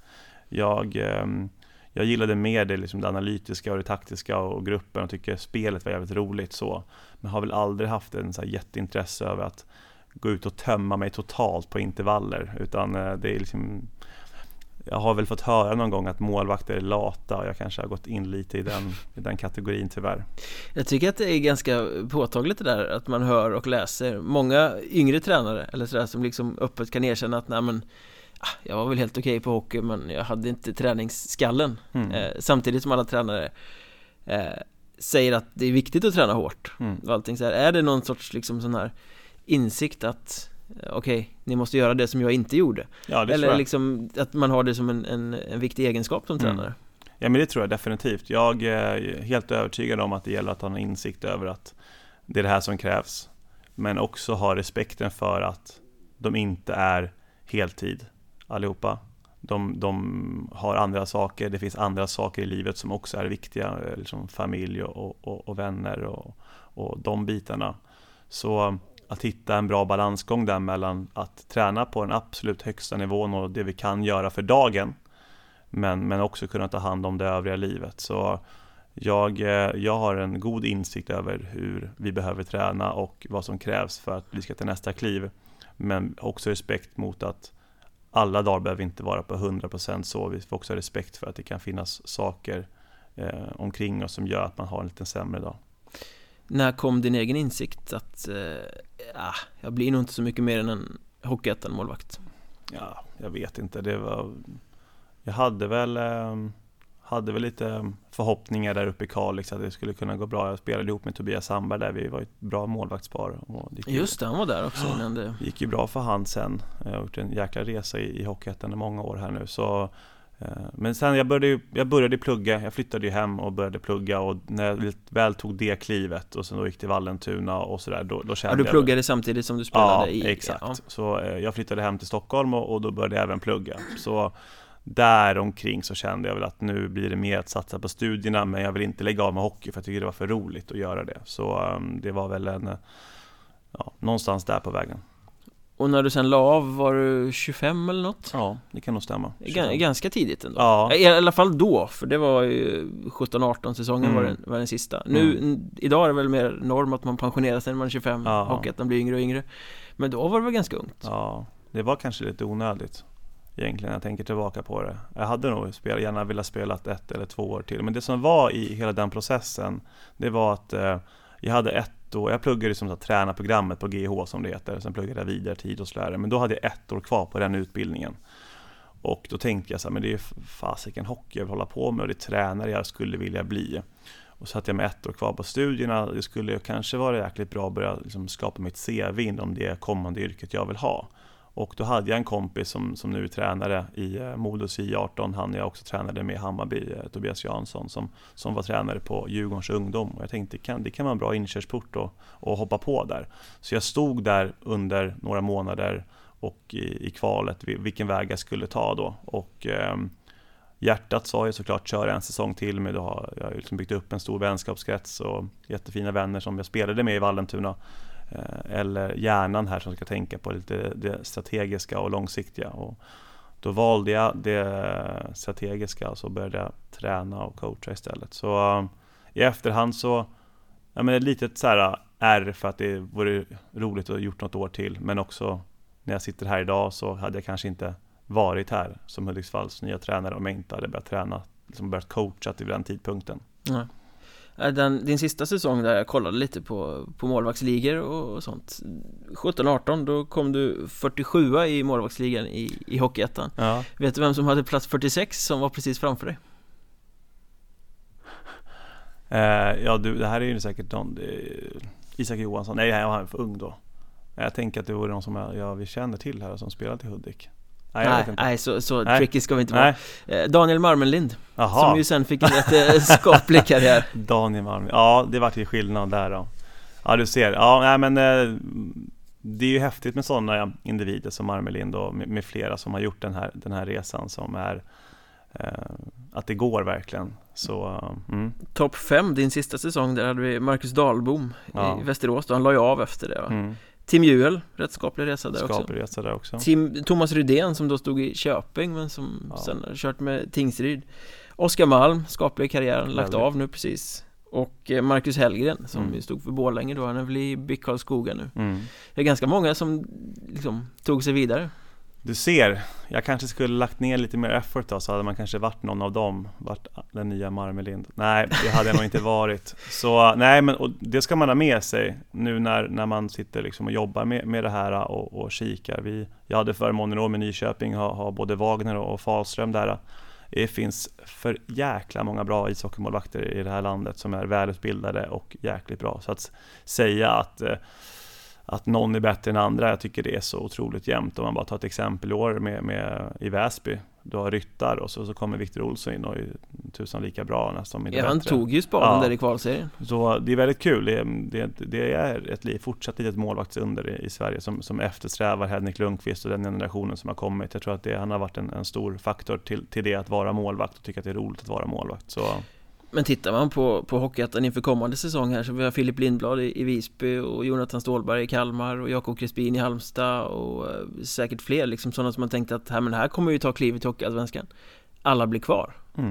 Speaker 1: Jag gillade mer det, liksom det analytiska och det taktiska och gruppen, och tycker spelet var jävligt roligt så. Men har väl aldrig haft en så här jätteintresse över att gå ut och tömma mig totalt på intervaller, utan det är liksom, jag har väl fått höra någon gång att målvakter är lata, och jag kanske har gått in lite i den kategorin tyvärr.
Speaker 2: Jag tycker att det är ganska påtagligt det där, att man hör och läser många yngre tränare eller sådär som liksom öppet kan erkänna att jag var väl helt okej på hockey, men jag hade inte träningsskallen. Samtidigt som alla tränare säger att det är viktigt att träna hårt och allting så här. Är det någon sorts liksom sån här insikt att okej, ni måste göra det som jag inte gjorde?
Speaker 1: Ja, det
Speaker 2: eller
Speaker 1: tror jag.
Speaker 2: Liksom att man har det som en viktig egenskap som tränare?
Speaker 1: Ja, men det tror jag definitivt. Jag är helt övertygad om att det gäller att ha en insikt över att det är det här som krävs, men också ha respekten för att de inte är heltid allihopa. De har andra saker, det finns andra saker i livet som också är viktiga, liksom familj och vänner och de bitarna. Så att hitta en bra balansgång där mellan att träna på den absolut högsta nivån och det vi kan göra för dagen, men också kunna ta hand om det övriga livet. Så jag har en god insikt över hur vi behöver träna och vad som krävs för att vi ska ta nästa kliv, men också respekt mot att alla dagar behöver inte vara på 100% så. Vi får också ha respekt för att det kan finnas saker omkring oss som gör att man har en lite sämre dag.
Speaker 2: När kom din egen insikt att jag blir nog inte så mycket mer än en Hockeyettan-målvakt?
Speaker 1: Ja, jag vet inte. Jag hade väl lite förhoppningar där uppe i Kalix att det skulle kunna gå bra. Jag spelade ihop med Tobias Sandberg där, vi var ett bra målvaktspar.
Speaker 2: Just det, han var där också innan det
Speaker 1: gick ju bra för han sen. Jag har gjort en jäkla resa i Hockeyettan i många år här nu. Så, men sen jag började plugga. Jag flyttade ju hem och började plugga, och när jag väl tog det klivet och sen då gick till Vallentuna och sådär, då kände
Speaker 2: du pluggade samtidigt som du spelade i...
Speaker 1: Exakt. Ja, exakt. Så jag flyttade hem till Stockholm och då började jag även plugga. Så där omkring så kände jag väl att nu blir det mer att satsa på studierna, men jag vill inte lägga av med hockey för jag tycker det var för roligt att göra det. Så det var väl någonstans där på vägen.
Speaker 2: Och när du sen la av, var du 25 eller något?
Speaker 1: Ja, det kan nog stämma.
Speaker 2: Ganska tidigt ändå.
Speaker 1: Ja.
Speaker 2: I alla fall då, för det var ju 17-18 säsongen var den sista. Nu, idag är det väl mer norm att man pensionerar sig när man är 25 och att man blir yngre och yngre. Men då var det väl ganska ungt.
Speaker 1: Ja, det var kanske lite onödigt egentligen, jag tänker tillbaka på det. Jag hade nog gärna velat spela 1 eller 2 år till. Men det som var i hela den processen, det var att jag hade 1 år, jag pluggade som tränarprogrammet på GH som det heter, sen pluggade jag vidare till idrottslärare, men då hade jag 1 år kvar på den utbildningen. Och då tänkte jag så här, men det är fasiken hockey jag vill hålla på med, och det är tränare jag skulle vilja bli. Och så hade jag med 1 år kvar på studierna. Det skulle kanske vara jäkligt bra att börja liksom skapa mitt CV inom det kommande yrket jag vill ha. Och då hade jag en kompis som nu är tränare i Modos I18. Han jag också tränade med Hammarby, Tobias Jansson, som var tränare på Djurgårdens ungdom. Och jag tänkte det kan vara en bra inkörsport och hoppa på där. Så jag stod där under några månader och i kvalet vilken väg jag skulle ta då. Och hjärtat sa jag såklart köra en säsong till med. Då har jag liksom byggt upp en stor vänskapskrets och jättefina vänner som jag spelade med i Vallentuna. Eller hjärnan här som ska tänka på lite det strategiska och långsiktiga, och då valde jag det strategiska och så började jag träna och coacha istället. Så i efterhand så ett litet så här R för att det vore roligt att ha gjort något år till, men också när jag sitter här idag så hade jag kanske inte varit här som Hudiksvalls nya tränare om jag inte hade börjat träna, liksom börjat coacha till den tidpunkten.
Speaker 2: Nej. Din sista säsong där jag kollade lite på målvaktsligor och sånt, 17-18, då kom du 47 i målvaktsligan i Hockeyettan.
Speaker 1: Ja.
Speaker 2: Vet du vem som hade plats 46 som var precis framför dig?
Speaker 1: Det här är ju säkert Isak Johansson. Nej, jag var för ung då. Jag tänker att det vore någon som vi känner till här som spelade till Hudik.
Speaker 2: Nej, så tricky ska vi inte vara. Daniel Marmenlind.
Speaker 1: Aha.
Speaker 2: Som ju sen fick en rätt skaplig karriär.
Speaker 1: Daniel Marmenlind. Ja, det var till skillnad där då. Ja, du ser. Ja, men det är ju häftigt med sådana individer som Marmenlind och med flera som har gjort den här resan, som är att det går verkligen. Så,
Speaker 2: Topp 5, din sista säsong, där hade vi Marcus Dahlbom i Västerås, då han la ju av efter det. Tim Juel, rätt skaplig resa där också. Thomas Rydén som då stod i Köping men som sen har kört med Tingsryd. Oskar Malm, skaplig karriär, lagt av nu precis. Och Marcus Hellgren som stod för Borlänge då, han är väl i BIK Karlskoga nu. Det är ganska många som liksom tog sig vidare.
Speaker 1: Du ser, jag kanske skulle lagt ner lite mer effort då, så hade man kanske varit någon av dem, varit den nya Marmelind. Nej, det hade jag nog inte varit. Så nej, men och det ska man ha med sig nu när man sitter liksom och jobbar med det här och kikar. Jag hade förmånen då med Nyköping ha både Wagner och Falström där. Det finns för jäkla många bra ishockeymålvakter i det här landet som är välutbildade och jäkligt bra. Så att säga att någon är bättre än andra, jag tycker det är så otroligt jämnt. Om man bara tar ett exempel i år med i Väsby, du har Ryttar och så kommer Victor Olsson in och är tusan lika bra nästan.
Speaker 2: Han tog ju spaden där i kvalserien.
Speaker 1: Så det är väldigt kul. Det är ett fortsatt litet målvaktsunder i Sverige som eftersträvar Henrik Lundqvist och den generationen som har kommit. Jag tror att han har varit en stor faktor till det att vara målvakt och tycka att det är roligt att vara målvakt. Så. Men
Speaker 2: tittar man på Hockeyettan inför kommande säsong här, så vi har Filip Lindblad i Visby och Jonathan Stålberg i Kalmar och Jakob Crispin i Halmstad och säkert fler liksom, sådana som man tänkte att här kommer ju ta klivet till Hockeyallsvenskan. Alla blir kvar.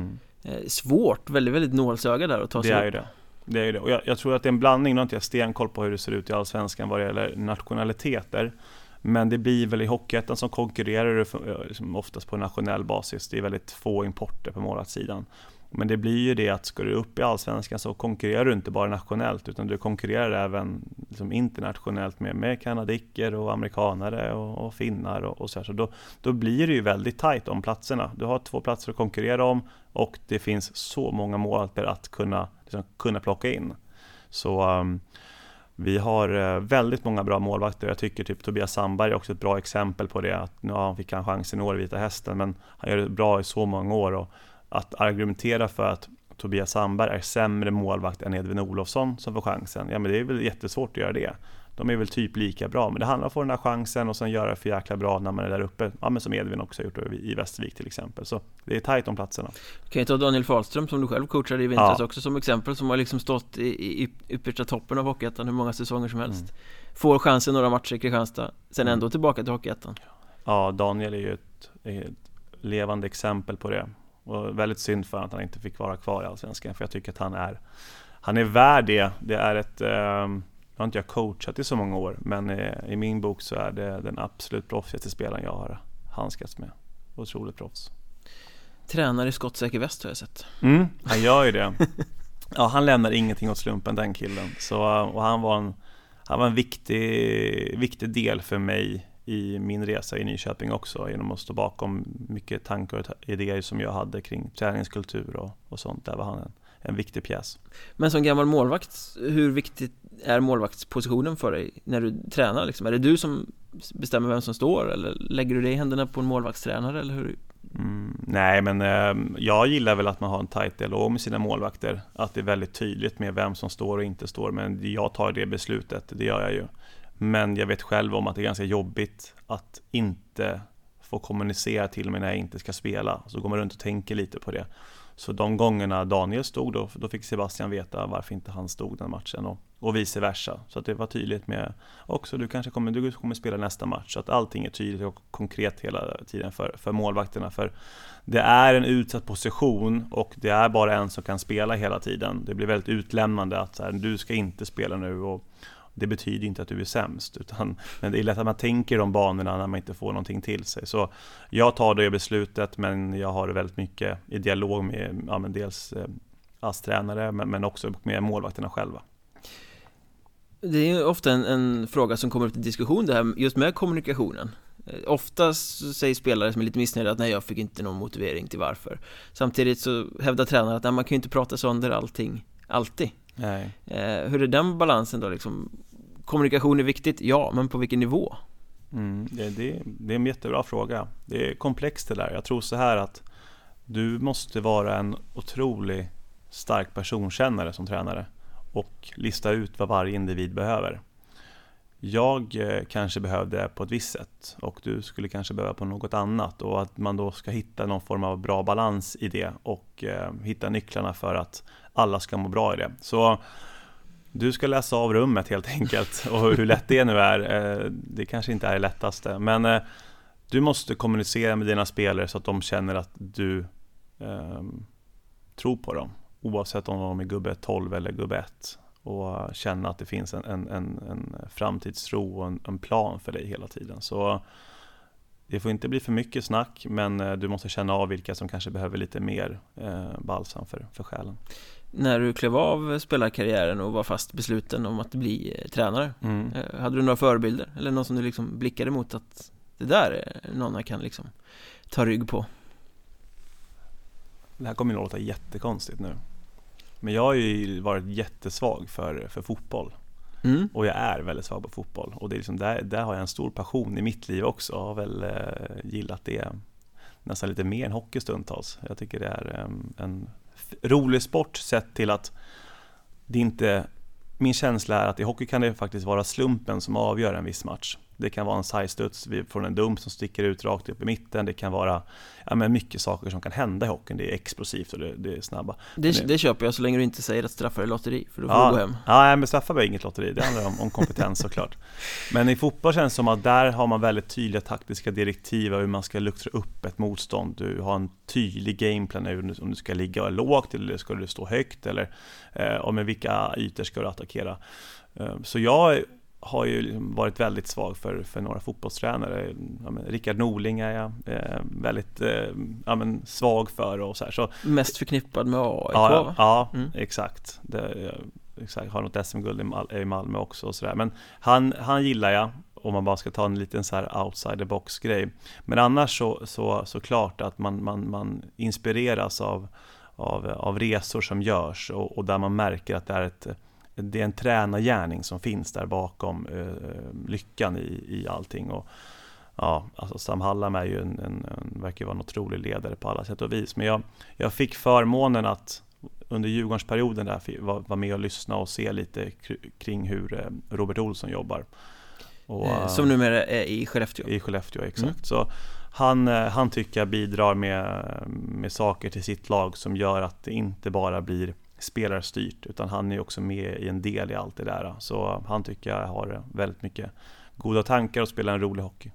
Speaker 2: Svårt, väldigt, väldigt nålsöga där att ta sig upp.
Speaker 1: Det är ju det. Och jag tror att det är en blandning, nu har inte jag stenkoll på hur det ser ut i Allsvenskan vad det gäller nationaliteter. Men det blir väl i Hockeyettan som konkurrerar liksom oftast på nationell basis. Det är väldigt få importer på målvaktssidan. Men det blir ju det att ska du upp i Allsvenskan så konkurrerar du inte bara nationellt utan du konkurrerar även liksom internationellt med kanadiker och amerikanare och finnar och så här. Så då blir det ju väldigt tajt om platserna. Du har 2 platser att konkurrera om och det finns så många målvakter att kunna plocka in. Så vi har väldigt många bra målvakter. Jag tycker typ Tobias Sandberg är också ett bra exempel på det. Att nu han fick han chansen i år i Vita Hästen, men han gör det bra i så många år. Och att argumentera för att Tobias Sandberg är sämre målvakt än Edvin Olofsson som får chansen, ja men det är väl jättesvårt att göra det. De är väl typ lika bra, men det handlar om att få den här chansen och sen göra det för jäkla bra när man är där uppe. Ja, men som Edvin också har gjort i Västervik till exempel. Så det är tajt om platserna.
Speaker 2: Kan jag ta Daniel Falström som du själv coachade i vintras också som exempel, som har liksom stått i yppersta toppen av Hockeyettan hur många säsonger som helst. Får chansen några matcher i Kristianstad, sen ändå tillbaka till Hockeyettan. Ja,
Speaker 1: Daniel är ju ett levande exempel på det. Och väldigt synd för att han inte fick vara kvar i Allsvenskan, för jag tycker att han är värd det. Det är jag har inte coachat i så många år, men i min bok så är det den absolut proffsigaste spelaren jag har handskats med. Otroligt proffs.
Speaker 2: Tränar i skottsäker väst har jag sett.
Speaker 1: Han gör ju det. Ja, han lämnar ingenting åt slumpen, den killen. Så, och han var en viktig del för mig i min resa i Nyköping också, genom att stå bakom mycket tankar och idéer som jag hade kring träningskultur och sånt. Där var han en viktig pjäs.
Speaker 2: Men som gammal målvakt, hur viktigt är målvaktspositionen för dig när du tränar? Liksom? Är det du som bestämmer vem som står, eller lägger du det i händerna på en målvaktstränare? Eller hur?
Speaker 1: Nej, men jag gillar väl att man har en tajt dialog med sina målvakter. Att det är väldigt tydligt med vem som står och inte står. Men jag tar det beslutet, det gör jag ju. Men jag vet själv om att det är ganska jobbigt att inte få kommunicera till mig när jag inte ska spela. Så går man runt och tänker lite på det. Så de gångerna Daniel stod då fick Sebastian veta varför inte han stod den matchen och vice versa. Så att det var tydligt med också, du kommer spela nästa match. Så att allting är tydligt och konkret hela tiden för målvakterna. För det är en utsatt position och det är bara en som kan spela hela tiden. Det blir väldigt utlämnande att så här, du ska inte spela nu, och det betyder inte att du är sämst, men det är lätt att man tänker de banorna när man inte får någonting till sig. Så jag tar det beslutet, men jag har det väldigt mycket i dialog med dels ASS-tränare men också med målvakterna själva.
Speaker 2: Det är ofta en fråga som kommer upp till diskussion, det här just med kommunikationen. Oftast säger spelare som är lite missnöjda att nej, jag fick inte någon motivering till varför. Samtidigt så hävdar tränare att nej, man kan ju inte prata sönder allting alltid.
Speaker 1: Nej.
Speaker 2: Hur är den balansen då liksom? Kommunikation är viktigt, ja, men på vilken nivå?
Speaker 1: Det är en jättebra fråga. Det är komplext det där. Jag tror så här att du måste vara en otroligt stark personkännare som tränare och lista ut vad varje individ behöver. jag kanske behövde på ett visst sätt och du skulle kanske behöva på något annat, och att man då ska hitta någon form av bra balans i det och hitta nycklarna för att alla ska må bra i det. Så du ska läsa av rummet helt enkelt, och hur lätt det nu är, det kanske inte är det lättaste, men du måste kommunicera med dina spelare så att de känner att du tror på dem, oavsett om de är gubbe 12 eller gubbe 1, och känna att det finns en framtidstro och en plan för dig hela tiden. Så det får inte bli för mycket snack, men du måste känna av vilka som kanske behöver lite mer balsam för själen.
Speaker 2: När du klev av spelarkarriären och var fast besluten om att bli tränare, hade du några förebilder eller någon som du liksom blickade mot att det där är någon jag kan liksom ta rygg på?
Speaker 1: Det här kommer att låta jättekonstigt nu, men jag har ju varit jättesvag för fotboll. Och jag är väldigt svag på fotboll, och det är liksom där har jag en stor passion i mitt liv också. Jag har väl gillat det nästan lite mer än hockey stundtals. Jag tycker det är en rolig sport sett till att det inte, min känsla är att i hockey kan det faktiskt vara slumpen som avgör en viss match. Det kan vara en sidestuds från en dump som sticker ut rakt upp i mitten. Det kan vara mycket saker som kan hända i hockeyn. Det är explosivt och det är snabba.
Speaker 2: Det köper jag så länge du inte säger att straffar är lotteri, för då får du gå hem.
Speaker 1: Ja, men straffar är inget lotteri. Det handlar om kompetens såklart. Men i fotboll känns det som att där har man väldigt tydliga taktiska direktiv hur man ska luckra upp ett motstånd. Du har en tydlig gameplan om du ska ligga lågt eller ska du stå högt, eller med vilka ytor ska du attackera. Så jag har ju varit väldigt svag för några fotbollstränare. Rickard Norling är jag väldigt svag för och så här. Så
Speaker 2: mest förknippad med AIK,
Speaker 1: ja, exakt. Exakt, har något SM-guld i Malmö också och så där. Men han gillar jag, om man bara ska ta en liten så här outside the box grej. Men annars så klart att man inspireras av resor som görs, och där man märker att det är en tränargärning som finns där bakom lyckan i allting. Och ja, alltså Sam Hallam är ju verkar vara en otrolig ledare på alla sätt och vis. Men jag fick förmånen att under Djurgårdsperioden där var med och lyssna och se lite kring hur Robert Olsson jobbar. Och,
Speaker 2: som numera är i Skellefteå.
Speaker 1: I Skellefteå, exakt. Så han tycker jag bidrar med saker till sitt lag som gör att det inte bara blir spelarstyrt, utan han är också med i en del i allt det där. Så han tycker jag har väldigt mycket goda tankar och spelar en rolig hockey.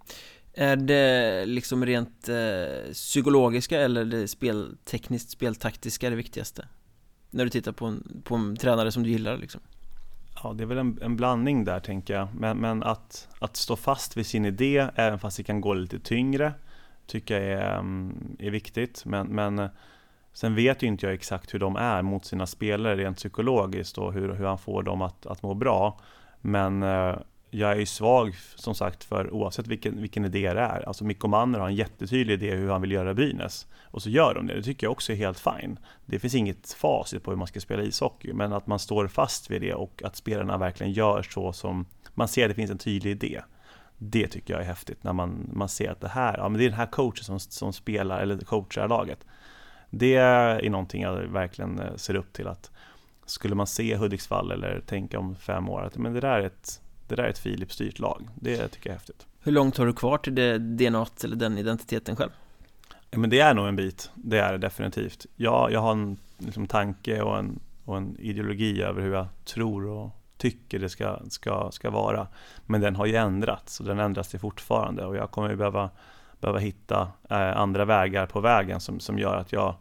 Speaker 2: Är det liksom rent psykologiska eller det speltekniskt, speltaktiska det viktigaste? När du tittar på en tränare som du gillar liksom?
Speaker 1: Ja, det är väl en blandning där, tänker jag. Men att stå fast vid sin idé, även fast det kan gå lite tyngre, tycker jag är viktigt. Men sen vet ju inte jag exakt hur de är mot sina spelare rent psykologiskt och hur han får dem att må bra. Men jag är ju svag, som sagt, för oavsett vilken idé det är. Alltså Mikko Manner har en jättetydlig idé hur han vill göra Brynäs. Och så gör de det. Det tycker jag också är helt fine. Det finns inget facit på hur man ska spela ishockey. Men att man står fast vid det och att spelarna verkligen gör så som man ser att det finns en tydlig idé. Det tycker jag är häftigt när man ser att det är den här coachen som spelar eller coachar laget. Det är någonting jag verkligen ser upp till, att skulle man se Hudiksvall eller tänka om 5 år att men det där är ett Filip-styrt lag. Det tycker jag är häftigt.
Speaker 2: Hur långt har du kvar till det DNA eller den identiteten själv?
Speaker 1: Ja, men det är nog en bit. Det är det definitivt. Jag har en liksom, tanke och en ideologi över hur jag tror och tycker det ska vara. Men den har ju ändrats, och den ändras ju fortfarande. Och jag kommer ju behöva hitta andra vägar på vägen som gör att jag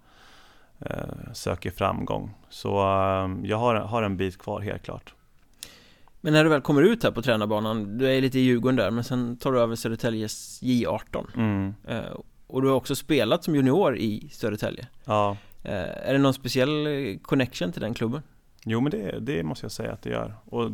Speaker 1: söker framgång. Så jag har en bit kvar, helt klart.
Speaker 2: Men när du väl kommer ut här på tränarbanan, du är lite i Djurgården där, men sen tar du över Södertäljes J18. Och du har också spelat som junior i Södertälje.
Speaker 1: Ja.
Speaker 2: Är det någon speciell connection till den klubben?
Speaker 1: Jo, men det måste jag säga att det gör. Och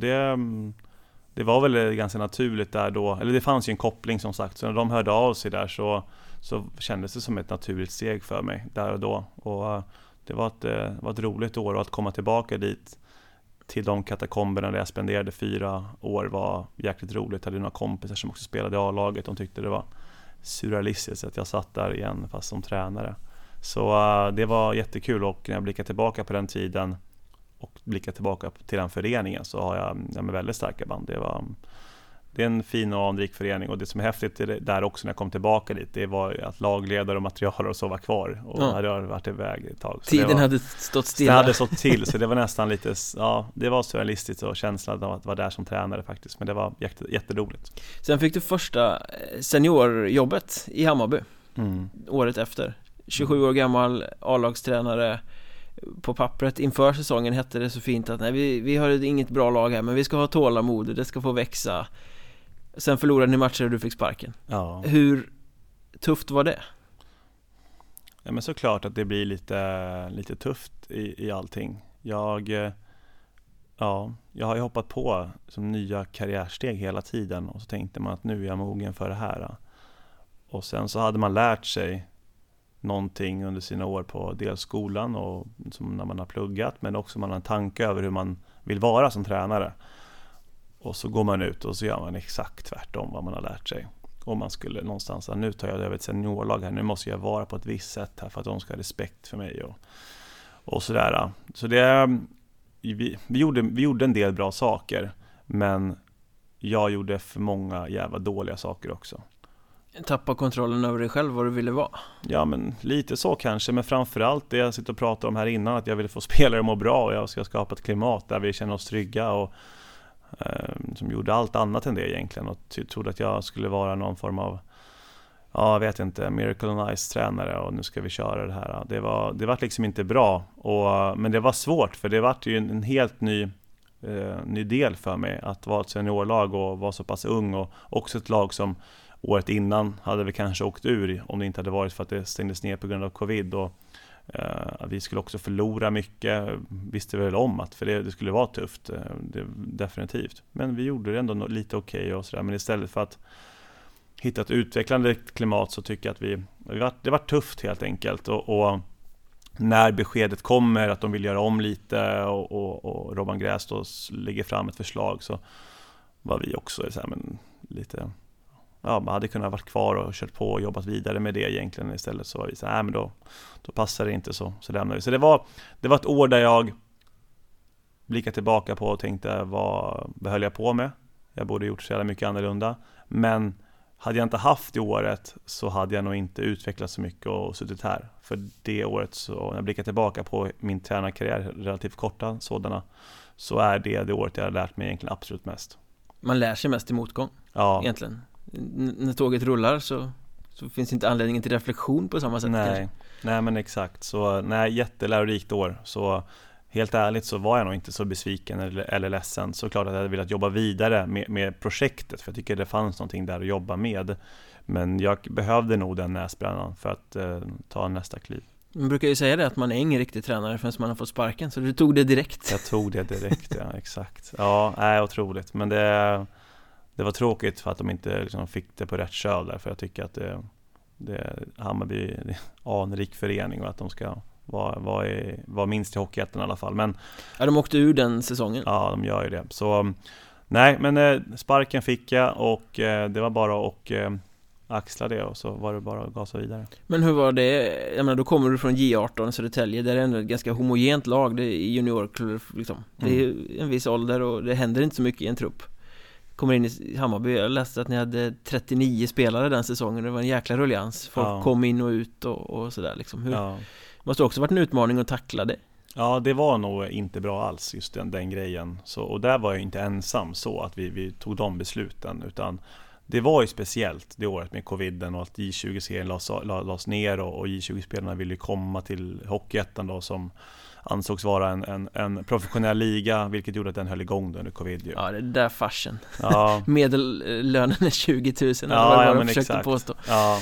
Speaker 1: det var väl ganska naturligt där då. Eller det fanns ju en koppling, som sagt. Så när de hörde av sig där så kändes det som ett naturligt steg för mig där och då. Och det var ett roligt år, och att komma tillbaka dit till de katakomberna där jag spenderade 4 år var jäkligt roligt. Jag hade några kompisar som också spelade i A-laget. De tyckte det var surrealistiskt att jag satt där igen fast som tränare. Så det var jättekul, och när jag blickar tillbaka på den tiden och blickar tillbaka till den föreningen så har jag väldigt starka band. Det är en fin och anrik förening, och det som är häftigt där också när jag kom tillbaka dit, det var att lagledare och material och så var kvar och hade varit iväg ett tag. Så
Speaker 2: tiden hade stått stilla.
Speaker 1: Det hade stått till, så det var nästan lite, det var surrealistiskt och känslan av att vara där som tränare faktiskt, men det var jätteroligt.
Speaker 2: Sen fick du första seniorjobbet i Hammarby året efter. 27 år gammal, A-lagstränare. På pappret inför säsongen hette det så fint att nej, vi har inget bra lag här, men vi ska ha tålamod och det ska få växa. Sen förlorade ni matcher och du fick sparken.
Speaker 1: Ja.
Speaker 2: Hur tufft var det?
Speaker 1: Ja, men såklart att det blir lite tufft i allting. Jag har ju hoppat på som nya karriärsteg hela tiden, och så tänkte man att nu är jag mogen för det här. Och sen så hade man lärt sig någonting under sina år på dels skolan och som när man har pluggat, men också man har en tanke över hur man vill vara som tränare. Och så går man ut och så gör man exakt tvärtom vad man har lärt sig. Och man skulle någonstans, nu tar jag över ett seniorlag här, nu måste jag vara på ett visst sätt här för att de ska ha respekt för mig och sådär. Så vi gjorde en del bra saker, men jag gjorde för många jävla dåliga saker också.
Speaker 2: Tappa kontrollen över dig själv, vad du ville vara.
Speaker 1: Ja, men lite så kanske, men framförallt det jag sitter och pratar om här innan, att jag ville få spelare att må bra och jag ska skapa ett klimat där vi känner oss trygga och som gjorde allt annat än det egentligen, och trodde att jag skulle vara någon form av jag vet inte, Miracle on Ice-tränare och nu ska vi köra det här. Det var liksom inte bra, men det var svårt, för det var ju en helt ny del för mig att vara ett seniorlag och vara så pass ung, och också ett lag som året innan hade vi kanske åkt ur om det inte hade varit för att det stängdes ner på grund av covid, och vi skulle också förlora mycket, visste väl om att för det skulle vara tufft, definitivt, men vi gjorde det ändå lite okej och sådär. Men istället för att hitta ett utvecklande klimat så tycker jag att det var tufft helt enkelt, och när beskedet kommer att de vill göra om lite och Robban Gräs då lägger fram ett förslag, så var vi också så här, men lite man hade kunnat varit kvar och kört på och jobbat vidare med det egentligen. Istället så var vi så här, men då passar det inte, så lämnar vi. Så det var ett år där jag blickade tillbaka på och tänkte, vad höll jag på med? Jag borde gjort så jävla mycket annorlunda, men hade jag inte haft det året så hade jag nog inte utvecklats så mycket och suttit här. För det året, så när jag blickar tillbaka på min tränarkarriär, relativt korta sådana, så är det året jag har lärt mig egentligen absolut mest.
Speaker 2: Man lär sig mest i motgång, egentligen. När tåget rullar så finns inte anledningen till reflektion på samma sätt.
Speaker 1: Nej, men exakt. Så jättelärorikt år. Så helt ärligt så var jag nog inte så besviken eller ledsen. Så klart att jag hade velat jobba vidare med projektet, för jag tycker det fanns någonting där att jobba med. Men jag behövde nog den näsbrännan för att ta nästa kliv.
Speaker 2: Man brukar ju säga det, att man är ingen riktig tränare förrän man har fått sparken, så du tog det direkt.
Speaker 1: Jag tog det direkt, ja, exakt. Ja, otroligt. Men det var tråkigt för att de inte liksom fick det på rätt köl där, för jag tycker att Hammarby är en anrik förening och att de ska vara minst i Hockeyettan i alla fall. Men
Speaker 2: de åkte ur den säsongen. Ja,
Speaker 1: de gör ju det. Så nej, men sparken fick jag, och det var bara att axla det, och så var det bara att gasa vidare.
Speaker 2: Men hur var det? Jag menar, då kommer du från J18 Södertälje, där är ändå ett ganska homogent lag, det är juniorklubb liksom. Det är en viss ålder och det händer inte så mycket i en trupp. Kommer in i Hammarby, jag läste att ni hade 39 spelare den säsongen, det var en jäkla rullians. Folk kom in och ut och sådär liksom. Måste också varit en utmaning att tackla det. Ja,
Speaker 1: det var nog inte bra alls, just den grejen. Så, och där var jag inte ensam så att vi tog de besluten, utan det var ju speciellt det året med coviden och att J20-serien lades ner, och J20-spelarna ville komma till Hockeyettan då, som ansågs vara en professionell liga, vilket gjorde att den höll igång under covid ju.
Speaker 2: Ja, det där farsen. Ja. Medellönen är 20 000,
Speaker 1: ja,
Speaker 2: men försökte exakt påstå.
Speaker 1: Ja.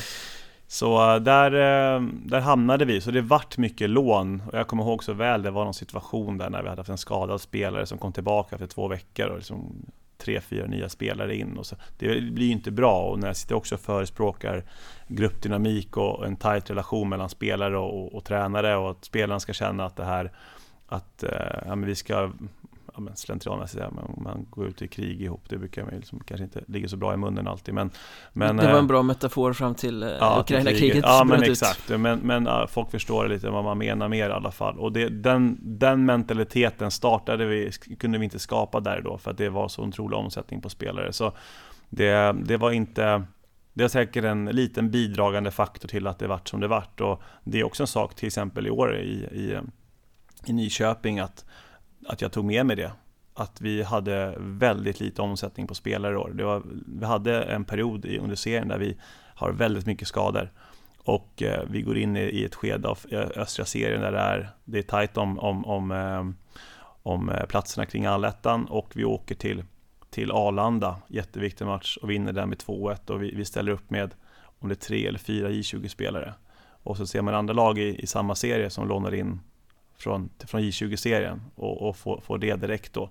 Speaker 1: Så där hamnade vi, så det vart mycket lån, och jag kommer ihåg så väl, det var någon situation där när vi hade haft en skadad spelare som kom tillbaka efter 2 veckor, och liksom 3-4 nya spelare in, och så det blir ju inte bra. Och när jag sitter också och förespråkar gruppdynamik och en tajt relation mellan spelare och tränare, och att spelarna ska känna att det här, att men vi ska slentrianmässigt, man går ut i krig ihop, det brukar man liksom, kanske inte ligga så bra i munnen alltid, men
Speaker 2: det var en bra metafor fram till Ukraina-kriget.
Speaker 1: Ja, men exakt, men folk förstår lite vad man menar mer i alla fall, och den mentaliteten kunde vi inte skapa där då, för att det var så otrolig omsättning på spelare, så det var inte. Det är säkert en liten bidragande faktor till att det vart som det vart, och det är också en sak till exempel i år i Nyköping att jag tog med mig det, att vi hade väldigt lite omsättning på spelare i år. Vi hade en period under serien där vi har väldigt mycket skador, och vi går in i ett skede av östra serien där det är tajt om platserna kring allettan, och vi åker till Arlanda, jätteviktig match, och vinner den med 2-1, och vi ställer upp med om det är 3 eller 4 J20-spelare, och så ser man andra lag i samma serie som lånar in från J20-serien och får det direkt då.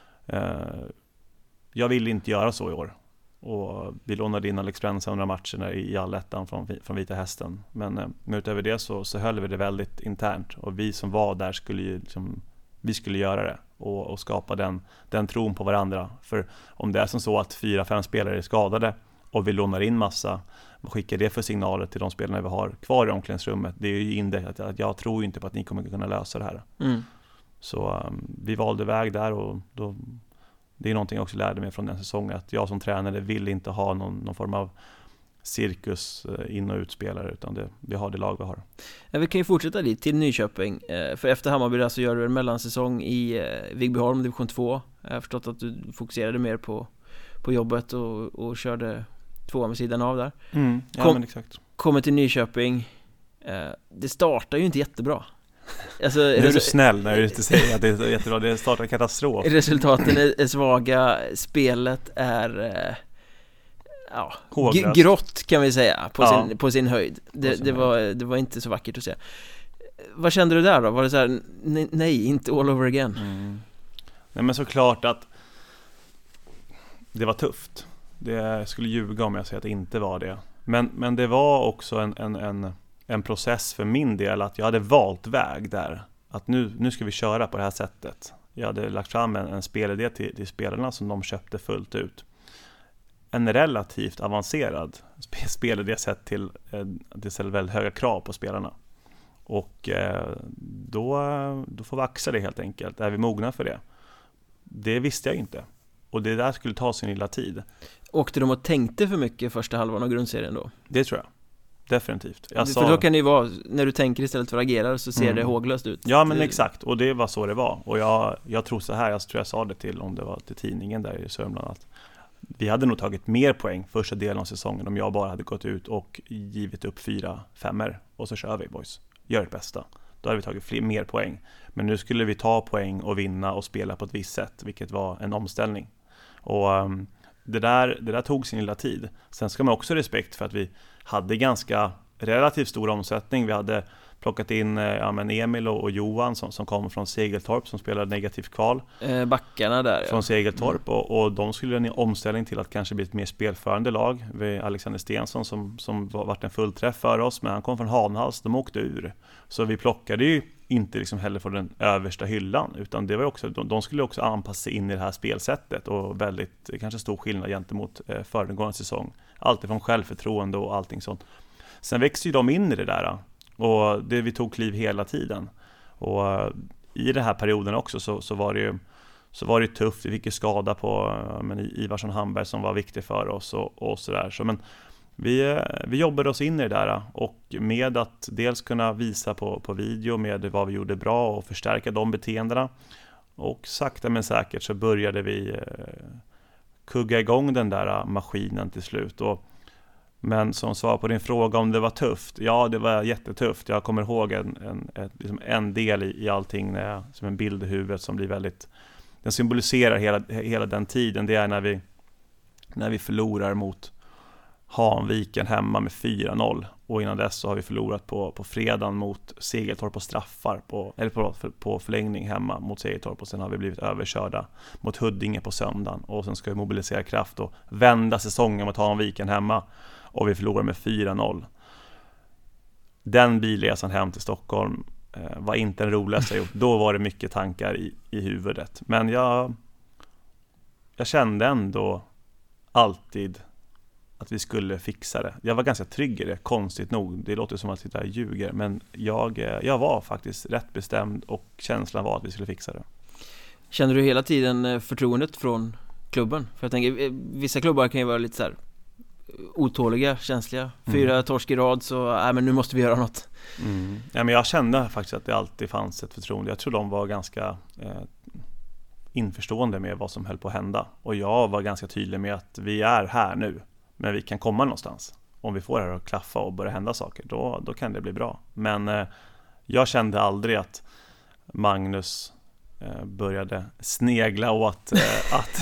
Speaker 1: Jag vill inte göra så i år, och vi lånade in Alex Brensa under matcherna i allettan från Vita Hästen, men utöver det så höll vi det väldigt internt, och vi som var där vi skulle göra det och skapa den tron på varandra. För om det är som så att 4-5 spelare är skadade och vi lånar in massa, vad skickar det för signaler till de spelarna vi har kvar i omklädningsrummet? Det är ju indirekt att jag tror inte på att ni kommer kunna lösa det här. Så vi valde väg där, och det är någonting jag också lärde mig från den säsongen, att jag som tränare vill inte ha någon form av cirkus in- och utspelare, utan vi har det lag vi har.
Speaker 2: Ja, vi kan ju fortsätta dit till Nyköping, för efter Hammarby så gör du en mellansäsong i Vigbyholm, division 2. Jag har förstått att du fokuserade mer på jobbet och körde 2 med sidan av där.
Speaker 1: Men exakt.
Speaker 2: Kommer till Nyköping, det startar ju inte jättebra. Alltså,
Speaker 1: nu är du snäll när du inte säger att det är jättebra, det startar katastrof.
Speaker 2: Resultaten är svaga, spelet är grått kan vi säga på sin höjd. Det var inte så vackert att se. Vad kände du där då? Var det så här, nej, inte all over again?
Speaker 1: Nej, men såklart att det var tufft. Jag skulle ljuga om jag säger att det inte var det. Men det var också en process för min del, att jag hade valt väg där. Att nu ska vi köra på det här sättet. Jag hade lagt fram en spelidé till spelarna som de köpte fullt ut. En relativt avancerad spelidé sett till det ställer väldigt höga krav på spelarna. Och då får vi axa det helt enkelt. Är vi mogna för det? Det visste jag inte. Och det där skulle ta sin lilla tid.
Speaker 2: Åkte de och tänkte för mycket första halvan av grundserien då?
Speaker 1: Det tror jag. Definitivt.
Speaker 2: För då kan det ju vara, när du tänker istället för att agera så ser det håglöst ut.
Speaker 1: Ja, men exakt. Och det var så det var. Och jag tror så här, jag tror jag sa det om det var till tidningen där i Sörmland, att vi hade nog tagit mer poäng första delen av säsongen om jag bara hade gått ut och givit upp 4-5 och så kör vi, boys. Gör det bästa. Då hade vi tagit mer poäng. Men nu skulle vi ta poäng och vinna och spela på ett visst sätt, vilket var en omställning. Och det där tog sin lilla tid. Sen ska man också ha respekt för att vi hade ganska relativt stor omsättning. Vi hade plockat in Emil och Johan som kom från Segeltorp, som spelade negativt kval.
Speaker 2: Backarna där.
Speaker 1: Från Segeltorp, och de skulle ha en omställning till att kanske bli ett mer spelförande lag. Vi Alexander Stensson som varit en fullträff för oss, men han kom från Hanhals, de åkte ur. Så vi plockade ju inte liksom heller från den översta hyllan, utan det var också, de skulle också anpassa sig in i det här spelsättet, och väldigt kanske stor skillnad gentemot föregående säsong. Allt från självförtroende och allting sånt. Sen växte ju de in i det där, och vi tog kliv hela tiden. Och i den här perioden också så var det tufft. Vi fick ju skada på Ivarsson Hamberg som var viktig för oss och sådär. Så men vi jobbade oss in i det där, och med att dels kunna visa på video med vad vi gjorde bra och förstärka de beteendena. Och sakta men säkert så började vi kugga igång den där maskinen till slut. Men som svar på din fråga om det var tufft, ja, det var jättetufft. Jag kommer ihåg en del i allting som en bild i huvudet som blir väldigt, den symboliserar hela den tiden. Det är när vi förlorar mot Hanviken hemma med 4-0, och innan dess så har vi förlorat på fredagen mot Segeltorp på straffar på förlängning hemma mot Segeltorp, och sen har vi blivit överkörda mot Huddinge på söndagen, och sen ska vi mobilisera kraft och vända säsongen mot Hanviken hemma, och vi förlorar med 4-0. Den bilresan hem till Stockholm var inte den roligaste jag gjort. Då var det mycket tankar i huvudet. Men jag kände ändå alltid att vi skulle fixa det. Jag var ganska trygg i det, konstigt nog. Det låter som att jag sitter och ljuger, men jag var faktiskt rätt bestämd och känslan var att vi skulle fixa det.
Speaker 2: Känner du hela tiden förtroendet från klubben? För jag tänker, vissa klubbar kan ju vara lite så här otåliga, känsliga. 4 torsk i rad, så men nu måste vi göra något.
Speaker 1: Ja, men jag kände faktiskt att det alltid fanns ett förtroende. Jag tror de var ganska införstående med vad som höll på att hända. Och jag var ganska tydlig med att vi är här nu, men vi kan komma någonstans. Om vi får det här att klaffa och börja hända saker, då kan det bli bra. Men jag kände aldrig att Magnus började snegla åt att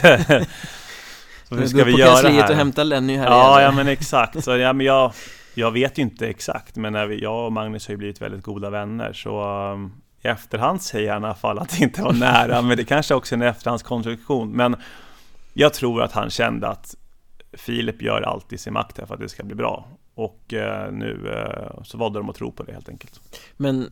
Speaker 1: så hur ska vi göra här?
Speaker 2: Och hämta Lenny här
Speaker 1: igen.
Speaker 2: Igen.
Speaker 1: Ja, men exakt. Så, men jag vet ju inte exakt, men jag och Magnus har ju blivit väldigt goda vänner, så i efterhand säger jag i alla fall att det inte var nära, men det kanske också är en efterhandskonstruktion. Men jag tror att han kände att Filip gör allt i sin makt för att det ska bli bra. Och nu så valde de att tro på det helt enkelt. Men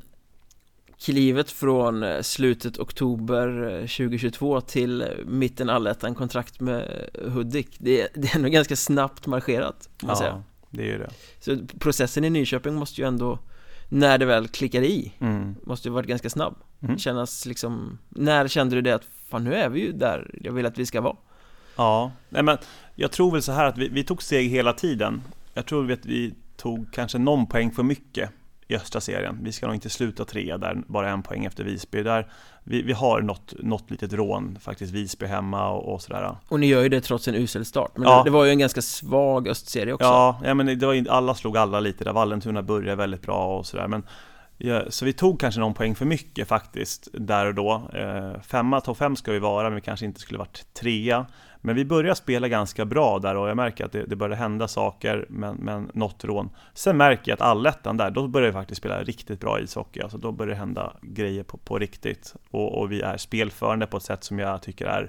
Speaker 2: klivet från slutet oktober 2022 till mitten allettan, kontrakt med Hudik, det är nog ganska snabbt marscherat, kan man säga.
Speaker 1: Det är ju det.
Speaker 2: Så processen i Nyköping måste ju ändå, när det väl klickar i, måste ju varit ganska snabb. Kännas liksom, när kände du det att fan, nu är vi ju där jag vill att vi ska vara?
Speaker 1: Ja, nej, men jag tror väl så här att vi tog steg hela tiden. Jag tror att vi tog kanske någon poäng för mycket i östra serien. Vi ska nog inte sluta 3 där, bara 1 poäng efter Visby. Där vi har något litet rån, faktiskt Visby hemma och sådär.
Speaker 2: Och ni gör ju det trots en usel start. Men det var ju en ganska svag östserie också.
Speaker 1: Ja, men det var alla slog alla lite där. Vallentuna började väldigt bra och sådär. Men så vi tog kanske någon poäng för mycket faktiskt där och då. 5, topp 5 ska vi vara, men vi kanske inte skulle varit 3. Men vi började spela ganska bra där och jag märker att det började hända saker, men något rån. Sen märker jag att allettan där, då börjar vi faktiskt spela riktigt bra ishockey. Alltså då börjar det hända grejer på riktigt. Och vi är spelförande på ett sätt som jag tycker är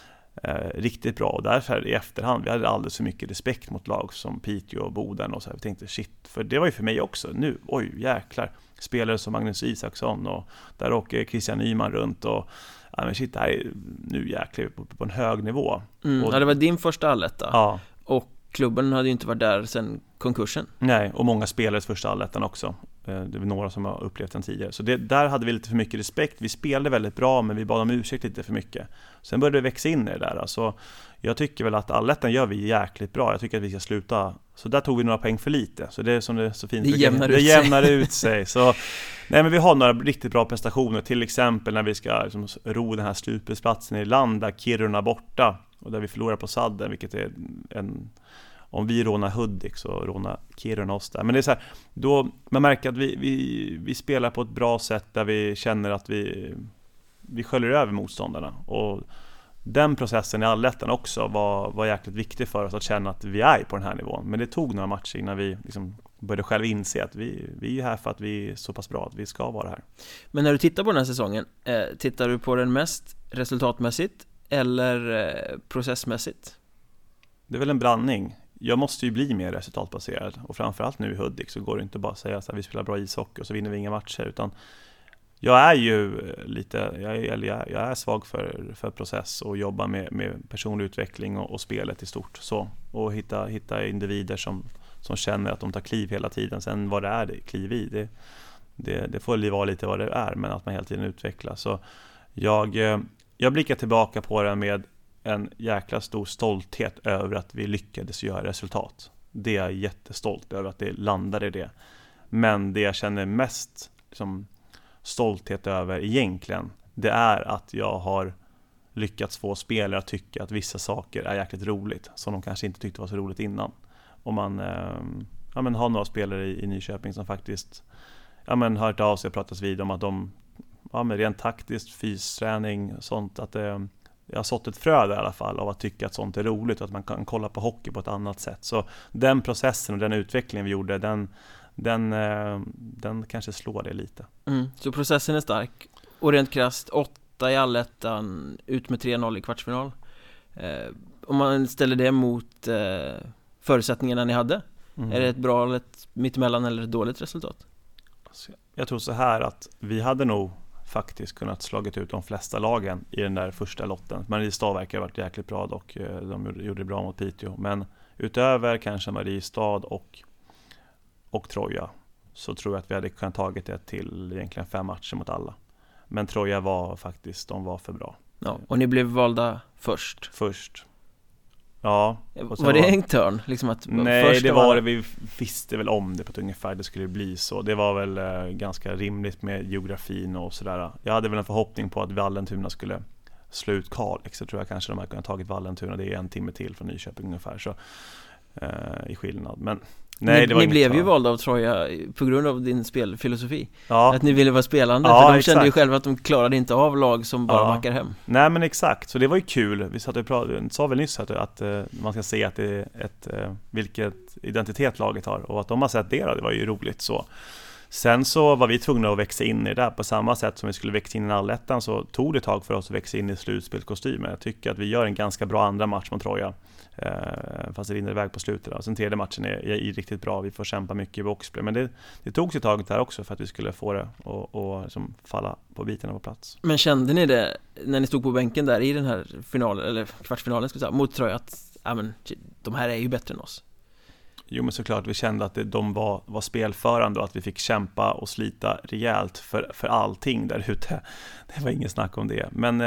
Speaker 1: riktigt bra. Och därför i efterhand, vi hade alldeles för mycket respekt mot lag som Piteå och Boden och så här. Vi tänkte shit, för det var ju för mig också. Nu, oj jäklar, spelare som Magnus Isaksson och där åker Christian Nyman runt och ja, men shit, det här är nu jäklar på en hög nivå. Och,
Speaker 2: ja, det var din första alletta.
Speaker 1: Ja.
Speaker 2: Och klubben hade ju inte varit där sedan konkursen.
Speaker 1: Nej, och många spelares första allettan också. Det var några som har upplevt den tidigare. Så där hade vi lite för mycket respekt. Vi spelade väldigt bra, men vi bad om ursäkt lite för mycket. Sen började det växa in i det där. Alltså, jag tycker väl att allettan gör vi jäkligt bra. Jag tycker att vi ska sluta. Så där tog vi några poäng för lite. Så det är som det är så fint.
Speaker 2: Det jämnar
Speaker 1: ut sig. Så, nej, men vi har några riktigt bra prestationer. Till exempel när vi ska liksom, ro den här slutspelsplatsen i land där Kiruna borta. Och där vi förlorar på sadden, vilket är om vi rånar Hudik så rånar Kiruna oss där. Men det är så här, då man märker att vi spelar på ett bra sätt där vi känner att vi sköljer över motståndarna. Och den processen i allettan också var jäkligt viktig för oss att känna att vi är på den här nivån. Men det tog några matcher innan vi liksom började själv inse att vi är här för att vi är så pass bra att vi ska vara här.
Speaker 2: Men när du tittar på den här säsongen, tittar du på den mest resultatmässigt eller processmässigt?
Speaker 1: Det är väl en blandning. Jag måste ju bli mer resultatbaserad och framförallt nu i Hudik så går det inte bara att säga att vi spelar bra ishockey och så vinner vi inga matcher, utan jag är ju lite jag är svag för process och jobba med personlig utveckling och spelet i stort så, och hitta individer som känner att de tar kliv hela tiden. Sen vad det är det kliv i det får vara lite vad det är, men att man hela tiden utvecklas. Så jag blickar tillbaka på det med en jäkla stor stolthet över att vi lyckades göra resultat. Det är jag jättestolt över att det landade i det. Men det jag känner mest liksom, stolthet över egentligen, det är att jag har lyckats få spelare att tycka att vissa saker är jäkligt roligt som de kanske inte tyckte var så roligt innan. Om man har några spelare i Nyköping som faktiskt har hört av sig och pratat vid om att de med rent taktiskt, fysträning och sånt, att jag har sått ett frö där i alla fall av att tycka att sånt är roligt och att man kan kolla på hockey på ett annat sätt. Så den processen och den utvecklingen vi gjorde, den kanske slår det lite.
Speaker 2: Så processen är stark och rent krasst 8 i allettan, ut med 3-0 i kvartsfinal. Om man ställer det mot förutsättningarna ni hade, är det ett bra eller ett mittemellan eller ett dåligt resultat?
Speaker 1: Jag tror så här att vi hade nog faktiskt kunnat slagit ut de flesta lagen i den där första lotten. Mariestad verkar ha varit jäkligt bra dock. De gjorde det bra mot Piteå. Men utöver kanske Mariestad och Troja så tror jag att vi hade kunnat tagit det till egentligen 5 matcher mot alla. Men Troja var för bra.
Speaker 2: Ja, och ni blev valda först.
Speaker 1: Ja.
Speaker 2: Var det en törn? Liksom att
Speaker 1: nej, det var det. Vi visste väl om det på ett ungefär. Det skulle bli så. Det var väl ganska rimligt med geografin och sådär. Jag hade väl en förhoppning på att Vallentuna skulle slå ut Kalix. Jag tror jag kanske de hade kunnat tagit Vallentuna. Det är 1 timme till från Nyköping ungefär. Så i skillnad. Men nej, det var
Speaker 2: ni blev ju valda av Troja på grund av din spelfilosofi.
Speaker 1: Ja.
Speaker 2: Att ni ville vara spelande.
Speaker 1: Ja,
Speaker 2: för de
Speaker 1: exakt.
Speaker 2: kände ju själva att de klarade inte av lag som bara backar hem.
Speaker 1: Nej, men exakt. Så det var ju kul. Vi sa väl nyss att man ska se att det är vilket identitet laget har. Och att de har sett det var ju roligt så. Sen så var vi tvungna att växa in i det där. På samma sätt som vi skulle växa in i Allettan så tog det ett tag för oss att växa in i slutspelskostymen. Jag tycker att vi gör en ganska bra andra match mot Troja. Fast det rinner iväg på slutet. Och sen tredje matchen är riktigt bra. Vi får kämpa mycket i boxplay. Men det tog sig taget här också för att vi skulle få det och liksom falla på bitarna på plats.
Speaker 2: Men kände ni det när ni stod på bänken där i den här finalen, eller kvartsfinalen ska vi säga, mot Troja att de här är ju bättre än oss?
Speaker 1: Jo, men såklart vi kände att de var spelförande och att vi fick kämpa och slita rejält för allting där ute. Det var ingen snack om det. Men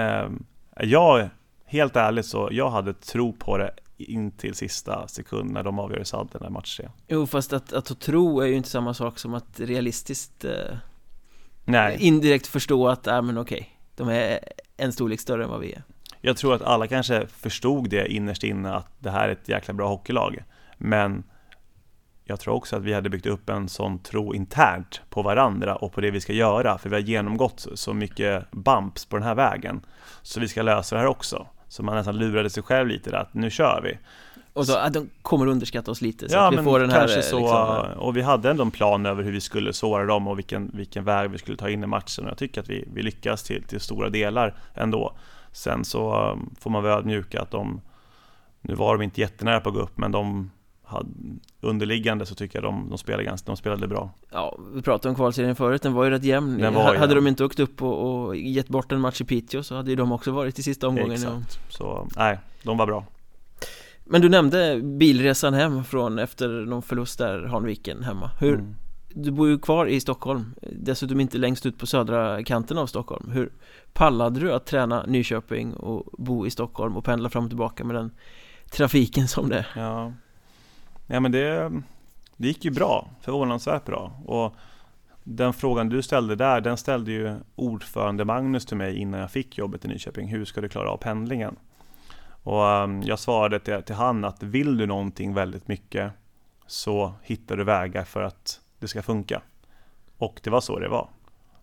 Speaker 1: helt ärligt så jag hade tro på det in till sista sekund när de avgör sadden den här matchen.
Speaker 2: Jo, fast att tro är ju inte samma sak som att realistiskt
Speaker 1: nej.
Speaker 2: Indirekt förstå att de är en storlek större än vad vi är.
Speaker 1: Jag tror att alla kanske förstod det innerst inne att det här är ett jäkla bra hockeylag. Men jag tror också att vi hade byggt upp en sån tro internt på varandra och på det vi ska göra. För vi har genomgått så mycket bumps på den här vägen. Så vi ska lösa det här också. Så man nästan lurade sig själv lite där att nu kör vi.
Speaker 2: Och så de kommer underskatta oss lite så
Speaker 1: ja,
Speaker 2: att vi får den här
Speaker 1: kanske så, och vi hade ändå en plan över hur vi skulle såra dem och vilken väg vi skulle ta in i matchen. Och jag tycker att vi lyckas till stora delar ändå. Sen så får man väl mjuka att nu var de inte jättenära på att gå upp, men de underliggande så tycker jag de spelade bra.
Speaker 2: Ja, vi pratade om kvalserien förut, den var ju rätt jämn. Hade de inte åkt upp och gett bort en match i Piteå så hade ju de också varit i sista omgången.
Speaker 1: Exakt. Så nej, de var bra.
Speaker 2: Men du nämnde bilresan hem från efter någon förlust där Hanviken hemma. Du bor ju kvar i Stockholm, dessutom inte längst ut på södra kanten av Stockholm. Hur pallade du att träna Nyköping och bo i Stockholm och pendla fram och tillbaka med den trafiken som det?
Speaker 1: Ja, men det gick ju bra, förvånansvärt bra. Och den frågan du ställde där, den ställde ju ordförande Magnus till mig innan jag fick jobbet i Nyköping. Hur ska du klara av pendlingen? Och jag svarade till han att vill du någonting väldigt mycket så hittar du vägar för att det ska funka. Och det var så det var.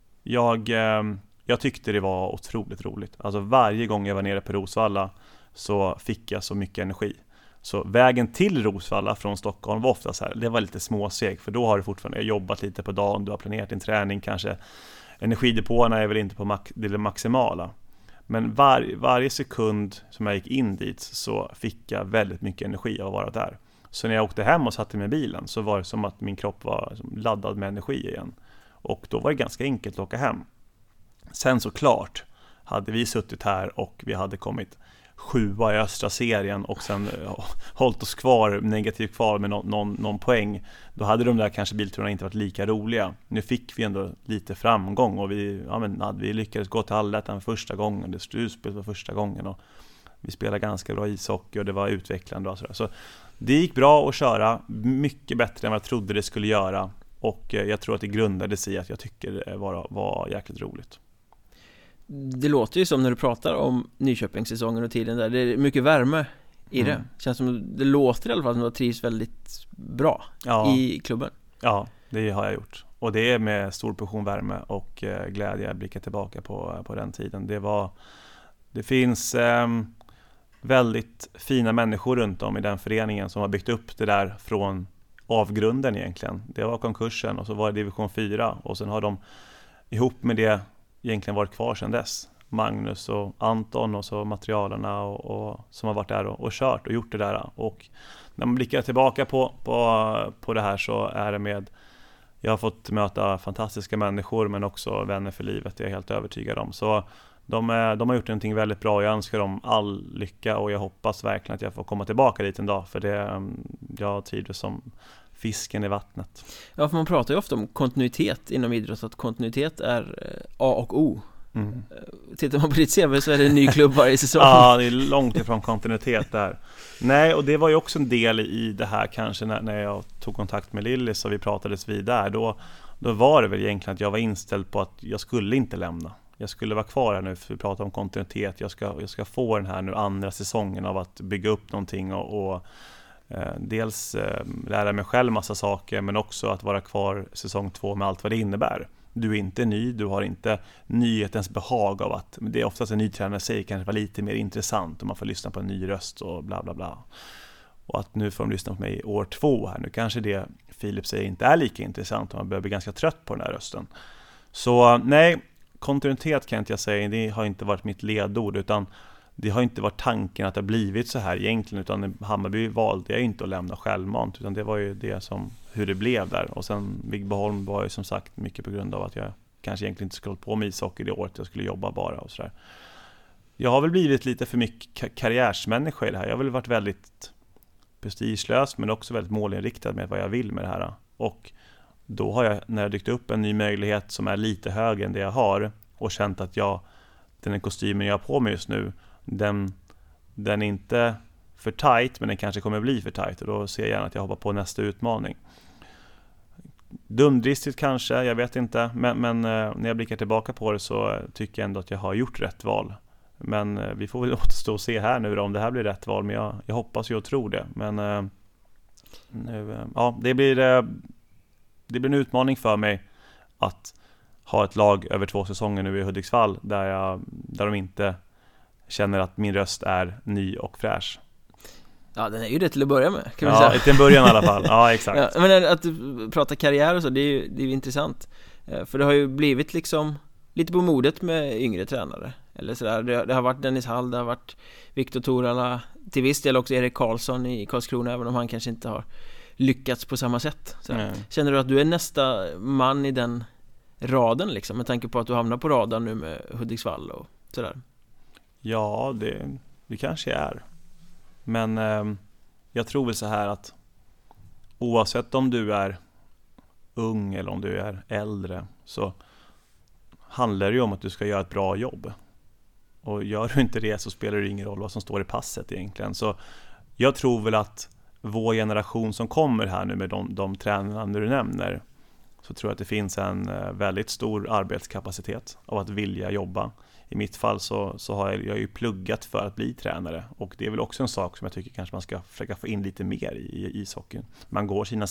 Speaker 1: Jag tyckte det var otroligt roligt. Alltså varje gång jag var nere på Rosvalla så fick jag så mycket energi. Så vägen till Rosvalla från Stockholm var ofta så här, det var lite småseg, för då har du fortfarande jobbat lite på dagen, du har planerat din träning, kanske energidepåerna är väl inte på det maximala. Men varje sekund som jag gick in dit så fick jag väldigt mycket energi av att vara där. Så när jag åkte hem och satte mig i bilen så var det som att min kropp var laddad med energi igen. Och då var det ganska enkelt att åka hem. Sen såklart hade vi suttit här och vi hade kommit 7:a i östra serien och sen hållit oss negativt kvar med någon poäng, då hade de där kanske bilturerna inte varit lika roliga. Nu fick vi ändå lite framgång och vi lyckades gå till Allettan första gången, det slutspel för första gången och vi spelade ganska bra ishockey och det var utvecklande och sådär. Så det gick bra att köra, mycket bättre än vad jag trodde det skulle göra, och jag tror att det grundade sig i att jag tycker det var jäkligt roligt.
Speaker 2: Det låter ju som när du pratar om Nyköpingssäsongen och tiden där, det är mycket värme i det. Känns som det låter i alla fall som att du trivs väldigt bra i klubben. Ja,
Speaker 1: det har jag gjort. Och det är med stor portion värme och glädje jag blickar tillbaka på den tiden. Det finns väldigt fina människor runt om i den föreningen som har byggt upp det där från avgrunden egentligen. Det var konkursen och så var det division 4 och sen har de ihop med det egentligen varit kvar sedan dess. Magnus och Anton och så materialerna och som har varit där och kört och gjort det där. Och när man blickar tillbaka på det här så är det med Jag har fått möta fantastiska människor, men också vänner för livet, det är jag helt övertygad om. Så de har gjort någonting väldigt bra. Jag önskar dem all lycka och jag hoppas verkligen att jag får komma tillbaka dit en dag, för jag trivs som fisken i vattnet.
Speaker 2: Ja, för man pratar ju ofta om kontinuitet inom idrott, att kontinuitet är A och O. Tittar man på ditt CV så är det en ny klubb varje säsong.
Speaker 1: Ja, det är långt ifrån kontinuitet där. Nej, och det var ju också en del i det här kanske när jag tog kontakt med Lillis och vi pratades vid där. Då var det väl egentligen att jag var inställd på att jag skulle inte lämna. Jag skulle vara kvar här nu, för vi pratar om kontinuitet. Jag ska få den här nu andra säsongen av att bygga upp någonting och dels lära mig själv massa saker, men också att vara kvar säsong 2 med allt vad det innebär. Du är inte ny, du har inte nyhetens behag av att, det är oftast en ny tränare säger kanske var lite mer intressant och man får lyssna på en ny röst och bla bla bla. Och att nu får de lyssna på mig år 2 här. Nu kanske det Filip säger inte är lika intressant och man börjar bli ganska trött på den här rösten. Så nej, kontinuitet kan inte jag säga, det har inte varit mitt ledord, utan det har inte varit tanken att det har blivit så här egentligen, utan Hammarby valde jag inte att lämna självmant, utan det var ju det som hur det blev där. Och sen Vigboholm var ju som sagt mycket på grund av att jag kanske egentligen inte skulle hålla på med ishockey det året, jag skulle jobba bara och sådär. Jag har väl blivit lite för mycket karriärsmänniska i det här. Jag har väl varit väldigt prestigelös, men också väldigt målinriktad med vad jag vill med det här. Och då har jag, när jag dykt upp en ny möjlighet som är lite högre än det jag har, och känt att den kostymen jag har på mig just nu, den är inte för tight, men den kanske kommer bli för tight, och då ser jag gärna att jag hoppar på nästa utmaning. Dumdristigt kanske, jag vet inte, men när jag blickar tillbaka på det så tycker jag ändå att jag har gjort rätt val. Men vi får väl återstå och se här nu då, om det här blir rätt val, men jag hoppas ju och tror det. Men det blir en utmaning för mig att ha ett lag över 2 säsonger nu i Hudiksvall där de inte känner att min röst är ny och fräsch.
Speaker 2: Ja, den är ju det till att börja med, kan vi säga.
Speaker 1: Ja, till en början i alla fall. Ja, exakt.
Speaker 2: Ja, men att prata karriär och så, det är ju intressant. För det har ju blivit liksom lite på modet med yngre tränare. Eller sådär. Det har varit Dennis Hall, det har varit Viktor Torala, till viss del också Erik Karlsson i Karlskrona, även om han kanske inte har lyckats på samma sätt. Känner du att du är nästa man i den raden liksom, med tanke på att du hamnar på radarn nu med Hudiksvall och sådär?
Speaker 1: Ja, det kanske är. Men jag tror väl så här att oavsett om du är ung eller om du är äldre, så handlar det ju om att du ska göra ett bra jobb. Och gör du inte det så spelar det ingen roll vad som står i passet egentligen. Så jag tror väl att vår generation som kommer här nu med de tränarna du nämner, så tror jag att det finns en väldigt stor arbetskapacitet av att vilja jobba. I mitt fall så har jag ju pluggat för att bli tränare, och det är väl också en sak som jag tycker kanske man ska försöka få in lite mer i ishockeyn. Man går sina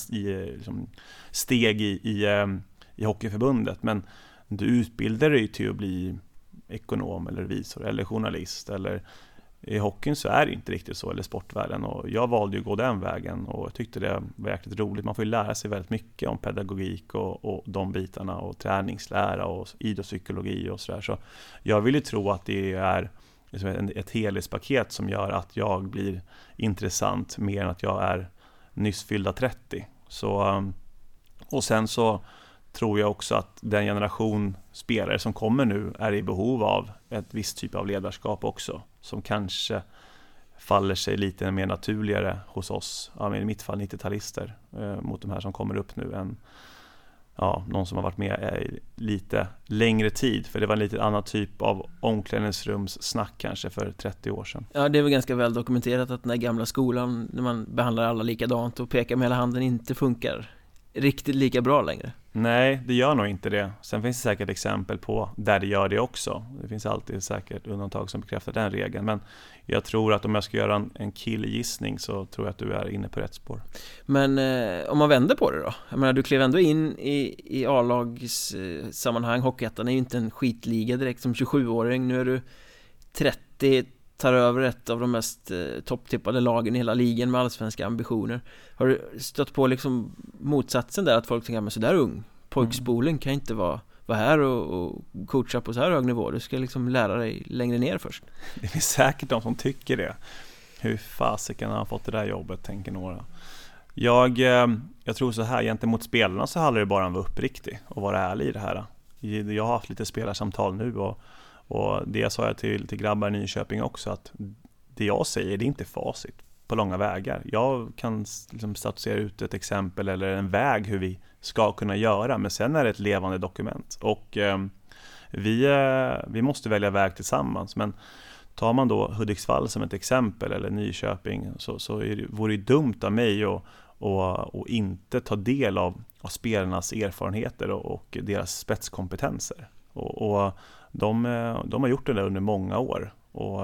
Speaker 1: steg i hockeyförbundet, men du utbildar dig till att bli ekonom eller revisor eller journalist, eller i hockeyn så är det inte riktigt så, eller sportvärlden, och jag valde ju att gå den vägen och jag tyckte det var jäkligt roligt. Man får ju lära sig väldigt mycket om pedagogik och de bitarna, och träningslära och idrottspsykologi och sådär. Så jag vill ju tro att det är liksom ett helhetspaket som gör att jag blir intressant mer än att jag är nyss fyllda 30. Så, och sen så tror jag också att den generation spelare som kommer nu är i behov av ett visst typ av ledarskap också, som kanske faller sig lite mer naturligare hos oss, i mitt fall 90-talister, mot de här som kommer upp nu, än någon som har varit med lite längre tid, för det var en lite annan typ av omklädningsrumssnack kanske för 30 år sedan. Ja,
Speaker 2: det är väl ganska väl dokumenterat att den här gamla skolan, när man behandlar alla likadant och pekar med hela handen, inte funkar riktigt lika bra längre.
Speaker 1: Nej, det gör nog inte det. Sen finns det säkert exempel på där det gör det också. Det finns alltid säkert undantag som bekräftar den regeln. Men jag tror att om jag ska göra en killgissning, så tror jag att du är inne på rätt spår.
Speaker 2: Men om man vänder på det då? Jag menar, du klev ändå in i A-lags sammanhang. Hockeyettan är ju inte en skitliga direkt som 27-åring. Nu är du 30, tar över ett av de mest topptippade lagen i hela ligan med allsvenska ambitioner. Har du stött på liksom motsatsen där, att folk tänker, men så där ung pojkspolen kan inte vara här och coacha på så här hög nivå, du ska liksom lära dig längre ner först?
Speaker 1: Det är säkert de som tycker det. Hur fasiken har han fått det där jobbet, tänker några. Jag tror så här, gentemot spelarna så handlar det bara om att vara uppriktig och vara ärlig i det här. Jag har haft lite spelarsamtal nu och det sa jag till grabbar i Nyköping också, att det jag säger, det är inte facit på långa vägar. Jag kan liksom statuera ut ett exempel eller en väg hur vi ska kunna göra, men sen är det ett levande dokument. Och vi måste välja väg tillsammans. Men tar man då Hudiksvall som ett exempel eller Nyköping, så vore det dumt av mig och inte ta del av spelarnas erfarenheter och deras spetskompetenser. Och de har gjort det där under många år. Och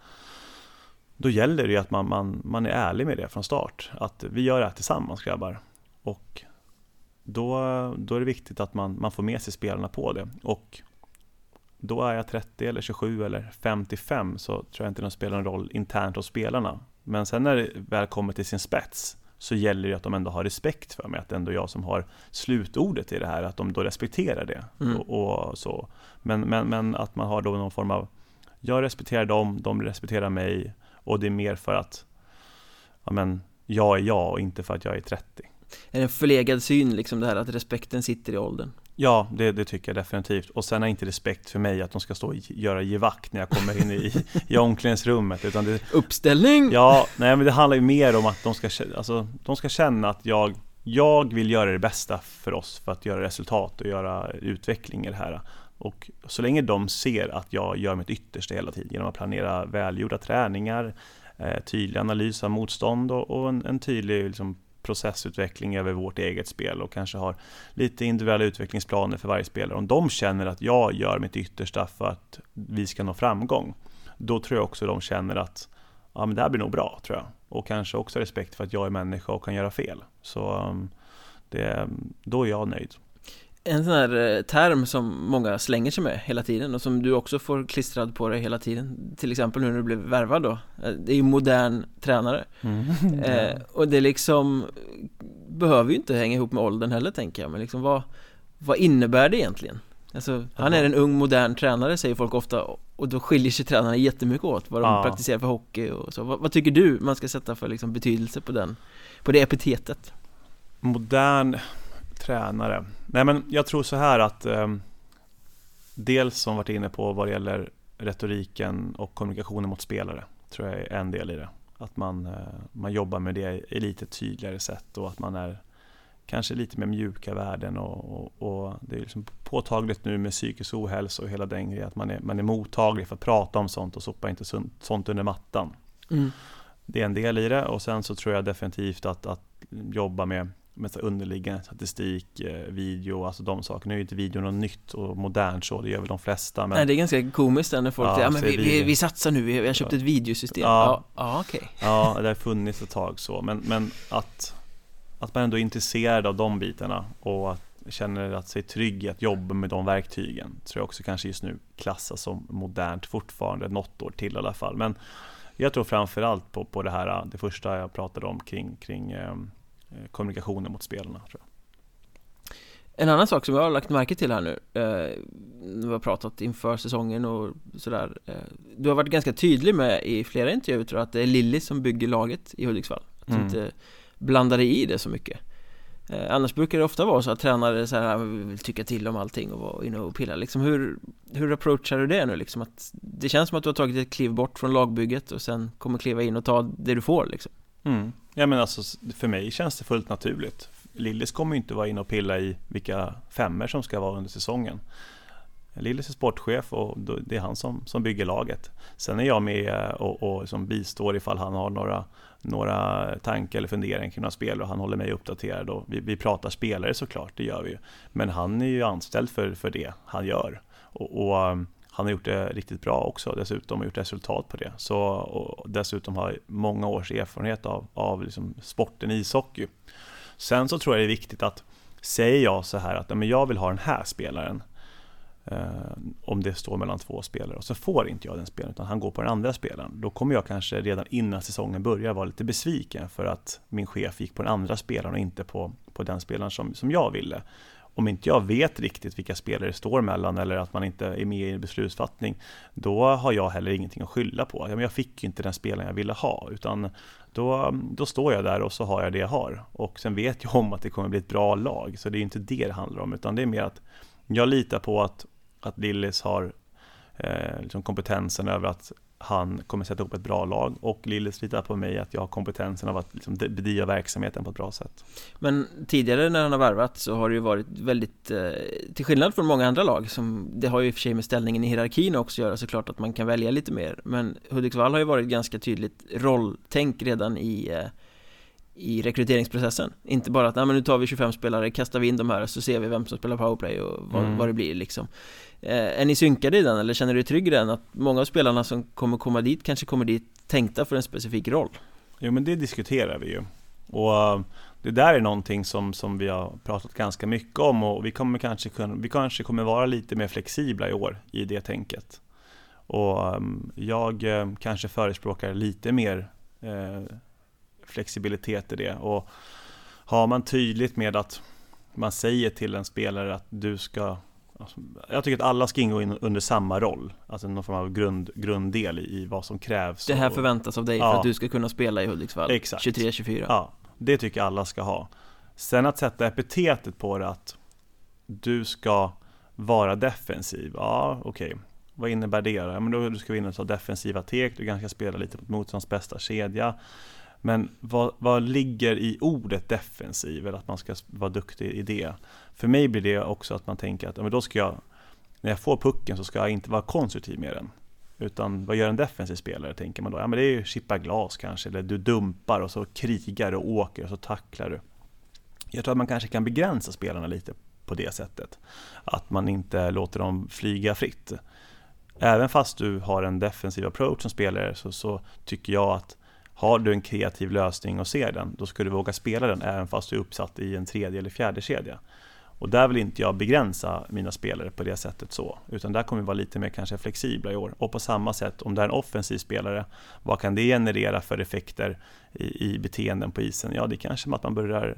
Speaker 1: då gäller det ju att man är ärlig med det från start. Att vi gör det här tillsammans, grabbar. Och då är det viktigt att man får med sig spelarna på det. Och då är jag 30 eller 27 eller 55, så tror jag inte de spelar en roll internt hos spelarna. Men sen när det väl kommer till sin spets, så gäller det att de ändå har respekt för mig. Att det ändå jag som har slutordet i det här, att de då respekterar det. Och så. Men att man har då någon form av, jag respekterar dem, de respekterar mig. Och det är mer för att jag är jag och inte för att jag är 30.
Speaker 2: Är det en förlegad syn liksom det här att respekten sitter i åldern?
Speaker 1: Ja, det tycker jag definitivt. Och sen är inte respekt för mig att de ska stå och göra givakt när jag kommer in i omklädningsrummet. Utan
Speaker 2: Uppställning!
Speaker 1: Ja, nej, men det handlar ju mer om att de ska känna att jag vill göra det bästa för oss för att göra resultat och göra utveckling i det här. Och så länge de ser att jag gör mitt yttersta hela tiden genom att planera välgjorda träningar, tydlig analys av motstånd och en tydlig liksom, processutveckling över vårt eget spel och kanske har lite individuella utvecklingsplaner för varje spelare. Om de känner att jag gör mitt yttersta för att vi ska nå framgång, då tror jag också de känner att men det här blir nog bra, tror jag. Och kanske också respekt för att jag är människa och kan göra fel. Så då är jag nöjd. En
Speaker 2: sån här term som många slänger sig med hela tiden och som du också får klistrad på dig hela tiden, till exempel nu när du blev värvad då, det är ju modern tränare. Och det liksom behöver ju inte hänga ihop med åldern heller, tänker jag. Men liksom vad innebär det egentligen? Alltså, han är en ung modern tränare, säger folk ofta, och då skiljer sig tränarna jättemycket åt vad de praktiserar för hockey och så. Vad tycker du man ska sätta för liksom betydelse på det epitetet?
Speaker 1: Modern tränare. Nej, men jag tror så här att dels som varit inne på vad det gäller retoriken och kommunikationen mot spelare, tror jag är en del i det. Att man jobbar med det i lite tydligare sätt och att man är kanske lite mer mjuka värden och det är liksom påtagligt nu med psykisk ohälsa och hela den grejen, att man är mottaglig för att prata om sånt och sopa inte sånt under mattan. Det är en del i det, och sen så tror jag definitivt att jobba med underliggande statistik, video, alltså de sakerna. Nu är ju inte video något nytt och modernt, så det gör väl de flesta. Men...
Speaker 2: Nej, det är ganska komiskt när folk säger, men vi satsar nu, vi har köpt ett videosystem. Ja, okej.
Speaker 1: Ja, det har funnits ett tag så. Men att man ändå är intresserad av de bitarna och att känner att sig trygg i att jobba med de verktygen, tror jag också kanske just nu klassas som modernt fortfarande, något år till i alla fall. Men jag tror framförallt på det här, det första jag pratade om kring kommunikationen mot spelarna, tror jag.
Speaker 2: En annan sak som jag har lagt märke till här nu, vi har pratat inför säsongen och sådär, du har varit ganska tydlig med i flera intervjuer, tror jag, att det är Lilly som bygger laget i Hudiksvall, att du inte blandar i det så mycket. Annars brukar det ofta vara så att tränare så här, vill tycka till om allting och vara inne och pilla. Liksom, hur approachar du det nu? Liksom, att det känns som att du har tagit ett kliv bort från lagbygget och sen kommer kliva in och ta det du får. Liksom.
Speaker 1: Ja, men alltså, för mig känns det fullt naturligt. Lillis kommer ju inte vara inne och pilla i vilka femmer som ska vara under säsongen. Lillis är sportchef och det är han som bygger laget. Sen är jag med och som bistår ifall han har några tankar eller funderingar kring några spelare, och han håller mig uppdaterad, och vi pratar spelare såklart, det gör vi ju. Men han är ju anställd för det han gör, och han har gjort det riktigt bra också, dessutom har gjort resultat på det. Så, och dessutom har många års erfarenhet av liksom sporten ishockey. Sen så tror jag det är viktigt att, säger jag så här att men jag vill ha den här spelaren, om det står mellan två spelare, och så får inte jag den spelaren utan han går på den andra spelaren, då kommer jag kanske redan innan säsongen börjar vara lite besviken för att min chef gick på den andra spelaren och inte på den spelaren som jag ville. om inte jag vet riktigt vilka spelare det står mellan eller att man inte är med i beslutsfattning, då har jag heller ingenting att skylla på. Jag fick ju inte den spelaren jag ville ha, utan då står jag där och så har jag det jag har. Och sen vet jag om att det kommer bli ett bra lag, så det är inte det handlar om, utan det är mer att jag litar på att Lillis har liksom kompetensen över att han kommer sätta upp ett bra lag, och Lillis litar på mig att jag har kompetensen av att liksom bedriva verksamheten på ett bra sätt.
Speaker 2: Men tidigare när han har värvat så har det ju varit väldigt, till skillnad från många andra lag, det har ju i och för sig med ställningen i hierarkin också att göra, såklart att man kan välja lite mer, men Hudiksvall har ju varit ganska tydligt rolltänk redan i rekryteringsprocessen. Inte bara att men nu tar vi 25 spelare, kastar vi in de här så ser vi vem som spelar powerplay och vad det blir liksom. Är ni synkade i den, eller känner du dig trygg i den, att många av spelarna som kommer komma dit kanske kommer dit tänkta för en specifik roll?
Speaker 1: Jo, men det diskuterar vi ju. Och det där är någonting som vi har pratat ganska mycket om, och vi kanske kommer vara lite mer flexibla i år i det tänket. Och jag kanske förespråkar lite mer flexibilitet i det, och har man tydligt med att man säger till en spelare att du ska, alltså, jag tycker att alla ska ingå under samma roll, alltså någon form av grunddel i vad som krävs.
Speaker 2: Det här förväntas av dig för att du ska kunna spela i Hudiksvall 23-24.
Speaker 1: Ja, det tycker jag alla ska ha. Sen att sätta epitetet på det, att du ska vara defensiv, ja okej. Vad innebär det då? Ja, men då ska vi in och ta defensiva tek, du kanske ska spela lite mot motstånds bästa kedja. Men vad ligger i ordet defensiv, eller att man ska vara duktig i det? För mig blir det också att man tänker att men då ska jag, när jag får pucken så ska jag inte vara konstruktiv med den. Utan vad gör en defensiv spelare, tänker man då? Ja, men det är ju chippa glas kanske, eller du dumpar och så krigar och åker och så tacklar du. Jag tror att man kanske kan begränsa spelarna lite på det sättet. Att man inte låter dem flyga fritt. Även fast du har en defensiv approach som spelare, så tycker jag att har du en kreativ lösning och ser den, då ska du våga spela den även fast du är uppsatt i en tredje eller fjärde kedja. Och där vill inte jag begränsa mina spelare på det sättet så, utan där kommer vi vara lite mer kanske flexibla i år. Och på samma sätt, om det är en offensiv spelare, vad kan det generera för effekter i beteenden på isen? Ja, det är kanske att man börjar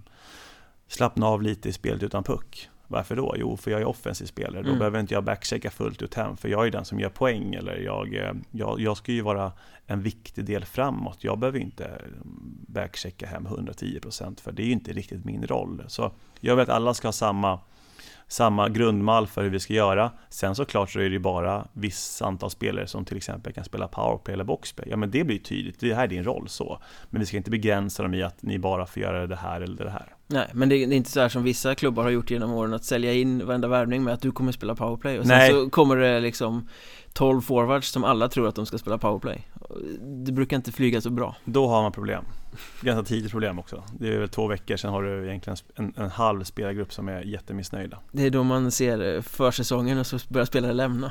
Speaker 1: slappna av lite i spelet utan puck. Varför då? Jo, för jag är offensiv spelare. Då behöver inte jag backchecka fullt ut hem, för jag är den som gör poäng, eller jag ska ju vara en viktig del framåt. Jag behöver inte backchecka hem 110%, för det är ju inte riktigt min roll. Så jag vet att alla ska ha samma grundmall för hur vi ska göra. Sen såklart så är det ju bara viss antal spelare som till exempel kan spela powerplay eller boxplay. Ja, men det blir tydligt. Det här är din roll så. Men vi ska inte begränsa dem i att ni bara får göra det här eller det här.
Speaker 2: Nej, men det är inte så här som vissa klubbar har gjort genom åren, att sälja in varenda värvning med att du kommer spela powerplay. Och sen så kommer det liksom 12 forwards som alla tror att de ska spela powerplay. Det brukar inte flyga så bra.
Speaker 1: Då har man problem. Ganska tidigt problem också. Det är väl 2 veckor sedan har du egentligen en halv spelargrupp som är jättemissnöjda.
Speaker 2: Det är då man ser försäsongen och så börjar spelare lämna.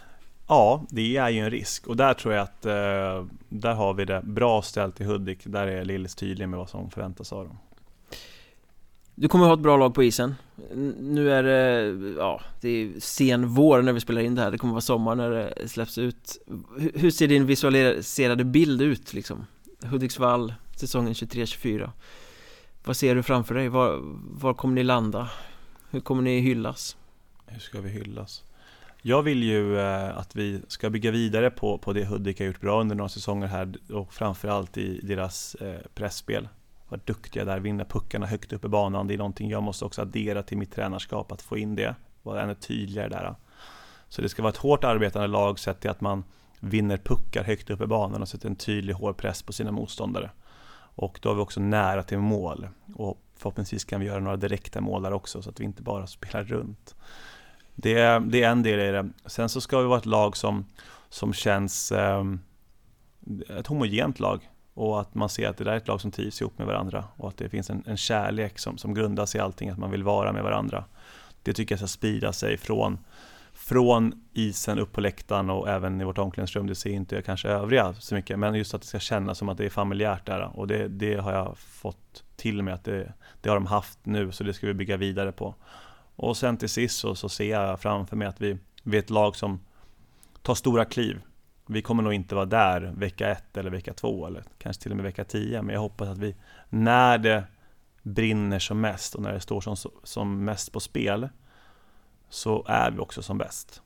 Speaker 1: Ja, det är ju en risk. Och där tror jag att där har vi det bra ställt i Hudik. Där är Lillis tydlig med vad som förväntas av dem.
Speaker 2: Du kommer ha ett bra lag på isen. Nu är det är sen vår när vi spelar in det här. Det kommer vara sommar när det släpps ut. Hur ser din visualiserade bild ut liksom? Hudiksvall, säsongen 23-24. Vad ser du framför dig? Var kommer ni landa? Hur kommer ni hyllas?
Speaker 1: Hur ska vi hyllas? Jag vill ju att vi ska bygga vidare på det Hudik har gjort bra under några säsonger här, och framförallt i deras pressspel. Var duktiga där, vinna puckarna högt upp i banan. Det är någonting jag måste också addera till mitt tränarskap, att få in det. Vara ännu tydligare där. Så det ska vara ett hårt arbetande lag sett till att man vinner puckar högt upp i banan och sätter en tydlig hård press på sina motståndare. Och då är vi också nära till mål. Och förhoppningsvis kan vi göra några direkta mål där också, så att vi inte bara spelar runt. Det är en del i det. Sen så ska vi vara ett lag som känns ett homogent lag. Och att man ser att det där är ett lag som trivs ihop med varandra. Och att det finns en kärlek som grundas i allting. Att man vill vara med varandra. Det tycker jag ska sprida sig från isen upp på läktaren och även i vårt omklädningsrum. Det ser inte kanske övriga så mycket. Men just att det ska kännas som att det är familjärt där. Och det har jag fått till mig att det har de haft nu. Så det ska vi bygga vidare på. Och sen till sist så ser jag framför mig att vi är ett lag som tar stora kliv. Vi kommer nog inte vara där vecka 1 eller vecka 2 eller kanske till och med vecka 10. Men jag hoppas att vi, när det brinner som mest och när det står som mest på spel, så är vi också som bäst.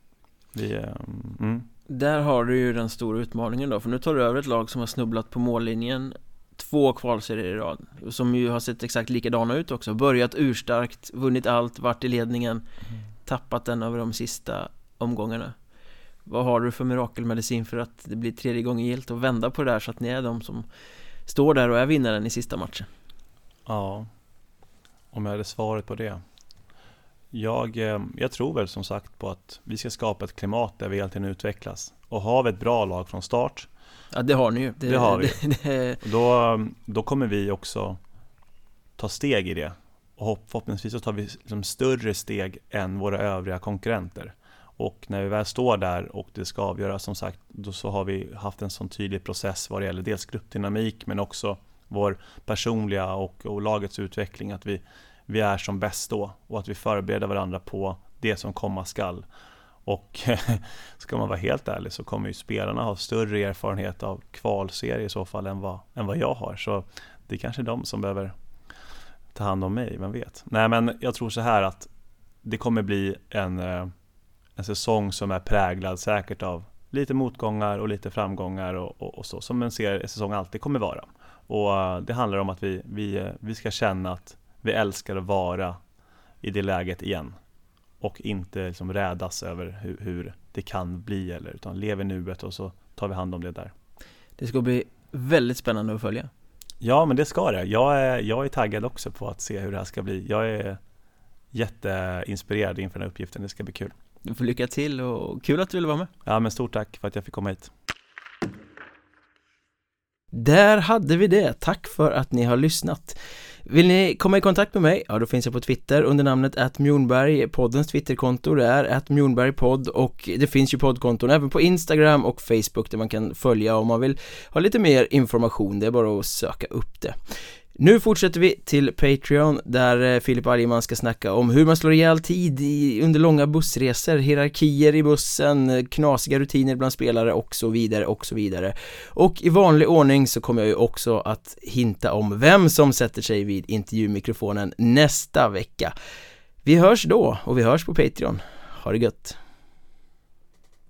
Speaker 2: Där har du ju den stora utmaningen då, för nu tar du över ett lag som har snubblat på mållinjen 2 kvalserier i rad, som ju har sett exakt likadana ut också. Börjat urstarkt, vunnit allt, varit i ledningen, tappat den över de sista omgångarna. Vad har du för mirakelmedicin för att det blir 3:e gången gillt och vända på det där så att ni är de som står där och är vinnaren i sista matchen?
Speaker 1: Ja, om jag hade svaret på det. Jag tror väl som sagt på att vi ska skapa ett klimat där vi hela tiden utvecklas. Och har vi ett bra lag från start.
Speaker 2: Ja, det har ni ju.
Speaker 1: Det har vi. Då kommer vi också ta steg i det. Och förhoppningsvis så tar vi liksom större steg än våra övriga konkurrenter. Och när vi väl står där och det ska avgöras, som sagt, då så har vi haft en sån tydlig process vad det gäller dels gruppdynamik men också vår personliga och lagets utveckling, att vi är som bäst då och att vi förbereder varandra på det som komma skall. Och ska man vara helt ärlig så kommer ju spelarna ha större erfarenhet av kvalserie i så fall än vad jag har. Så det är kanske de som behöver ta hand om mig, vem vet. Nej, men jag tror så här att det kommer bli en säsong som är präglad säkert av lite motgångar och lite framgångar och så, som en säsong alltid kommer vara. Och det handlar om att vi ska känna att vi älskar att vara i det läget igen och inte liksom rädas över hur det kan bli, utan lever nuet och så tar vi hand om det där. Det
Speaker 2: ska bli väldigt spännande att följa.
Speaker 1: Ja, men det ska det. Jag är taggad också på att se hur det här ska bli. Jag är jätteinspirerad inför den här uppgiften. Det ska bli kul.
Speaker 2: Du får lycka till och kul att du ville vara med.
Speaker 1: Ja, men stort tack för att jag fick komma hit.
Speaker 2: Där hade vi det. Tack för att ni har lyssnat. Vill ni komma i kontakt med mig? Ja, då finns jag på Twitter under namnet @Mjornberg. Poddens Twitterkonto är @Mjornbergpodd, och det finns ju poddkonton även på Instagram och Facebook där man kan följa om man vill ha lite mer information. Det är bara att söka upp det. Nu fortsätter vi till Patreon där Filip Algeman ska snacka om hur man slår ihjäl tid under långa bussresor, hierarkier i bussen, knasiga rutiner bland spelare och så vidare och så vidare. Och i vanlig ordning så kommer jag ju också att hinta om vem som sätter sig vid intervjumikrofonen nästa vecka. Vi hörs då och vi hörs på Patreon. Ha det gött!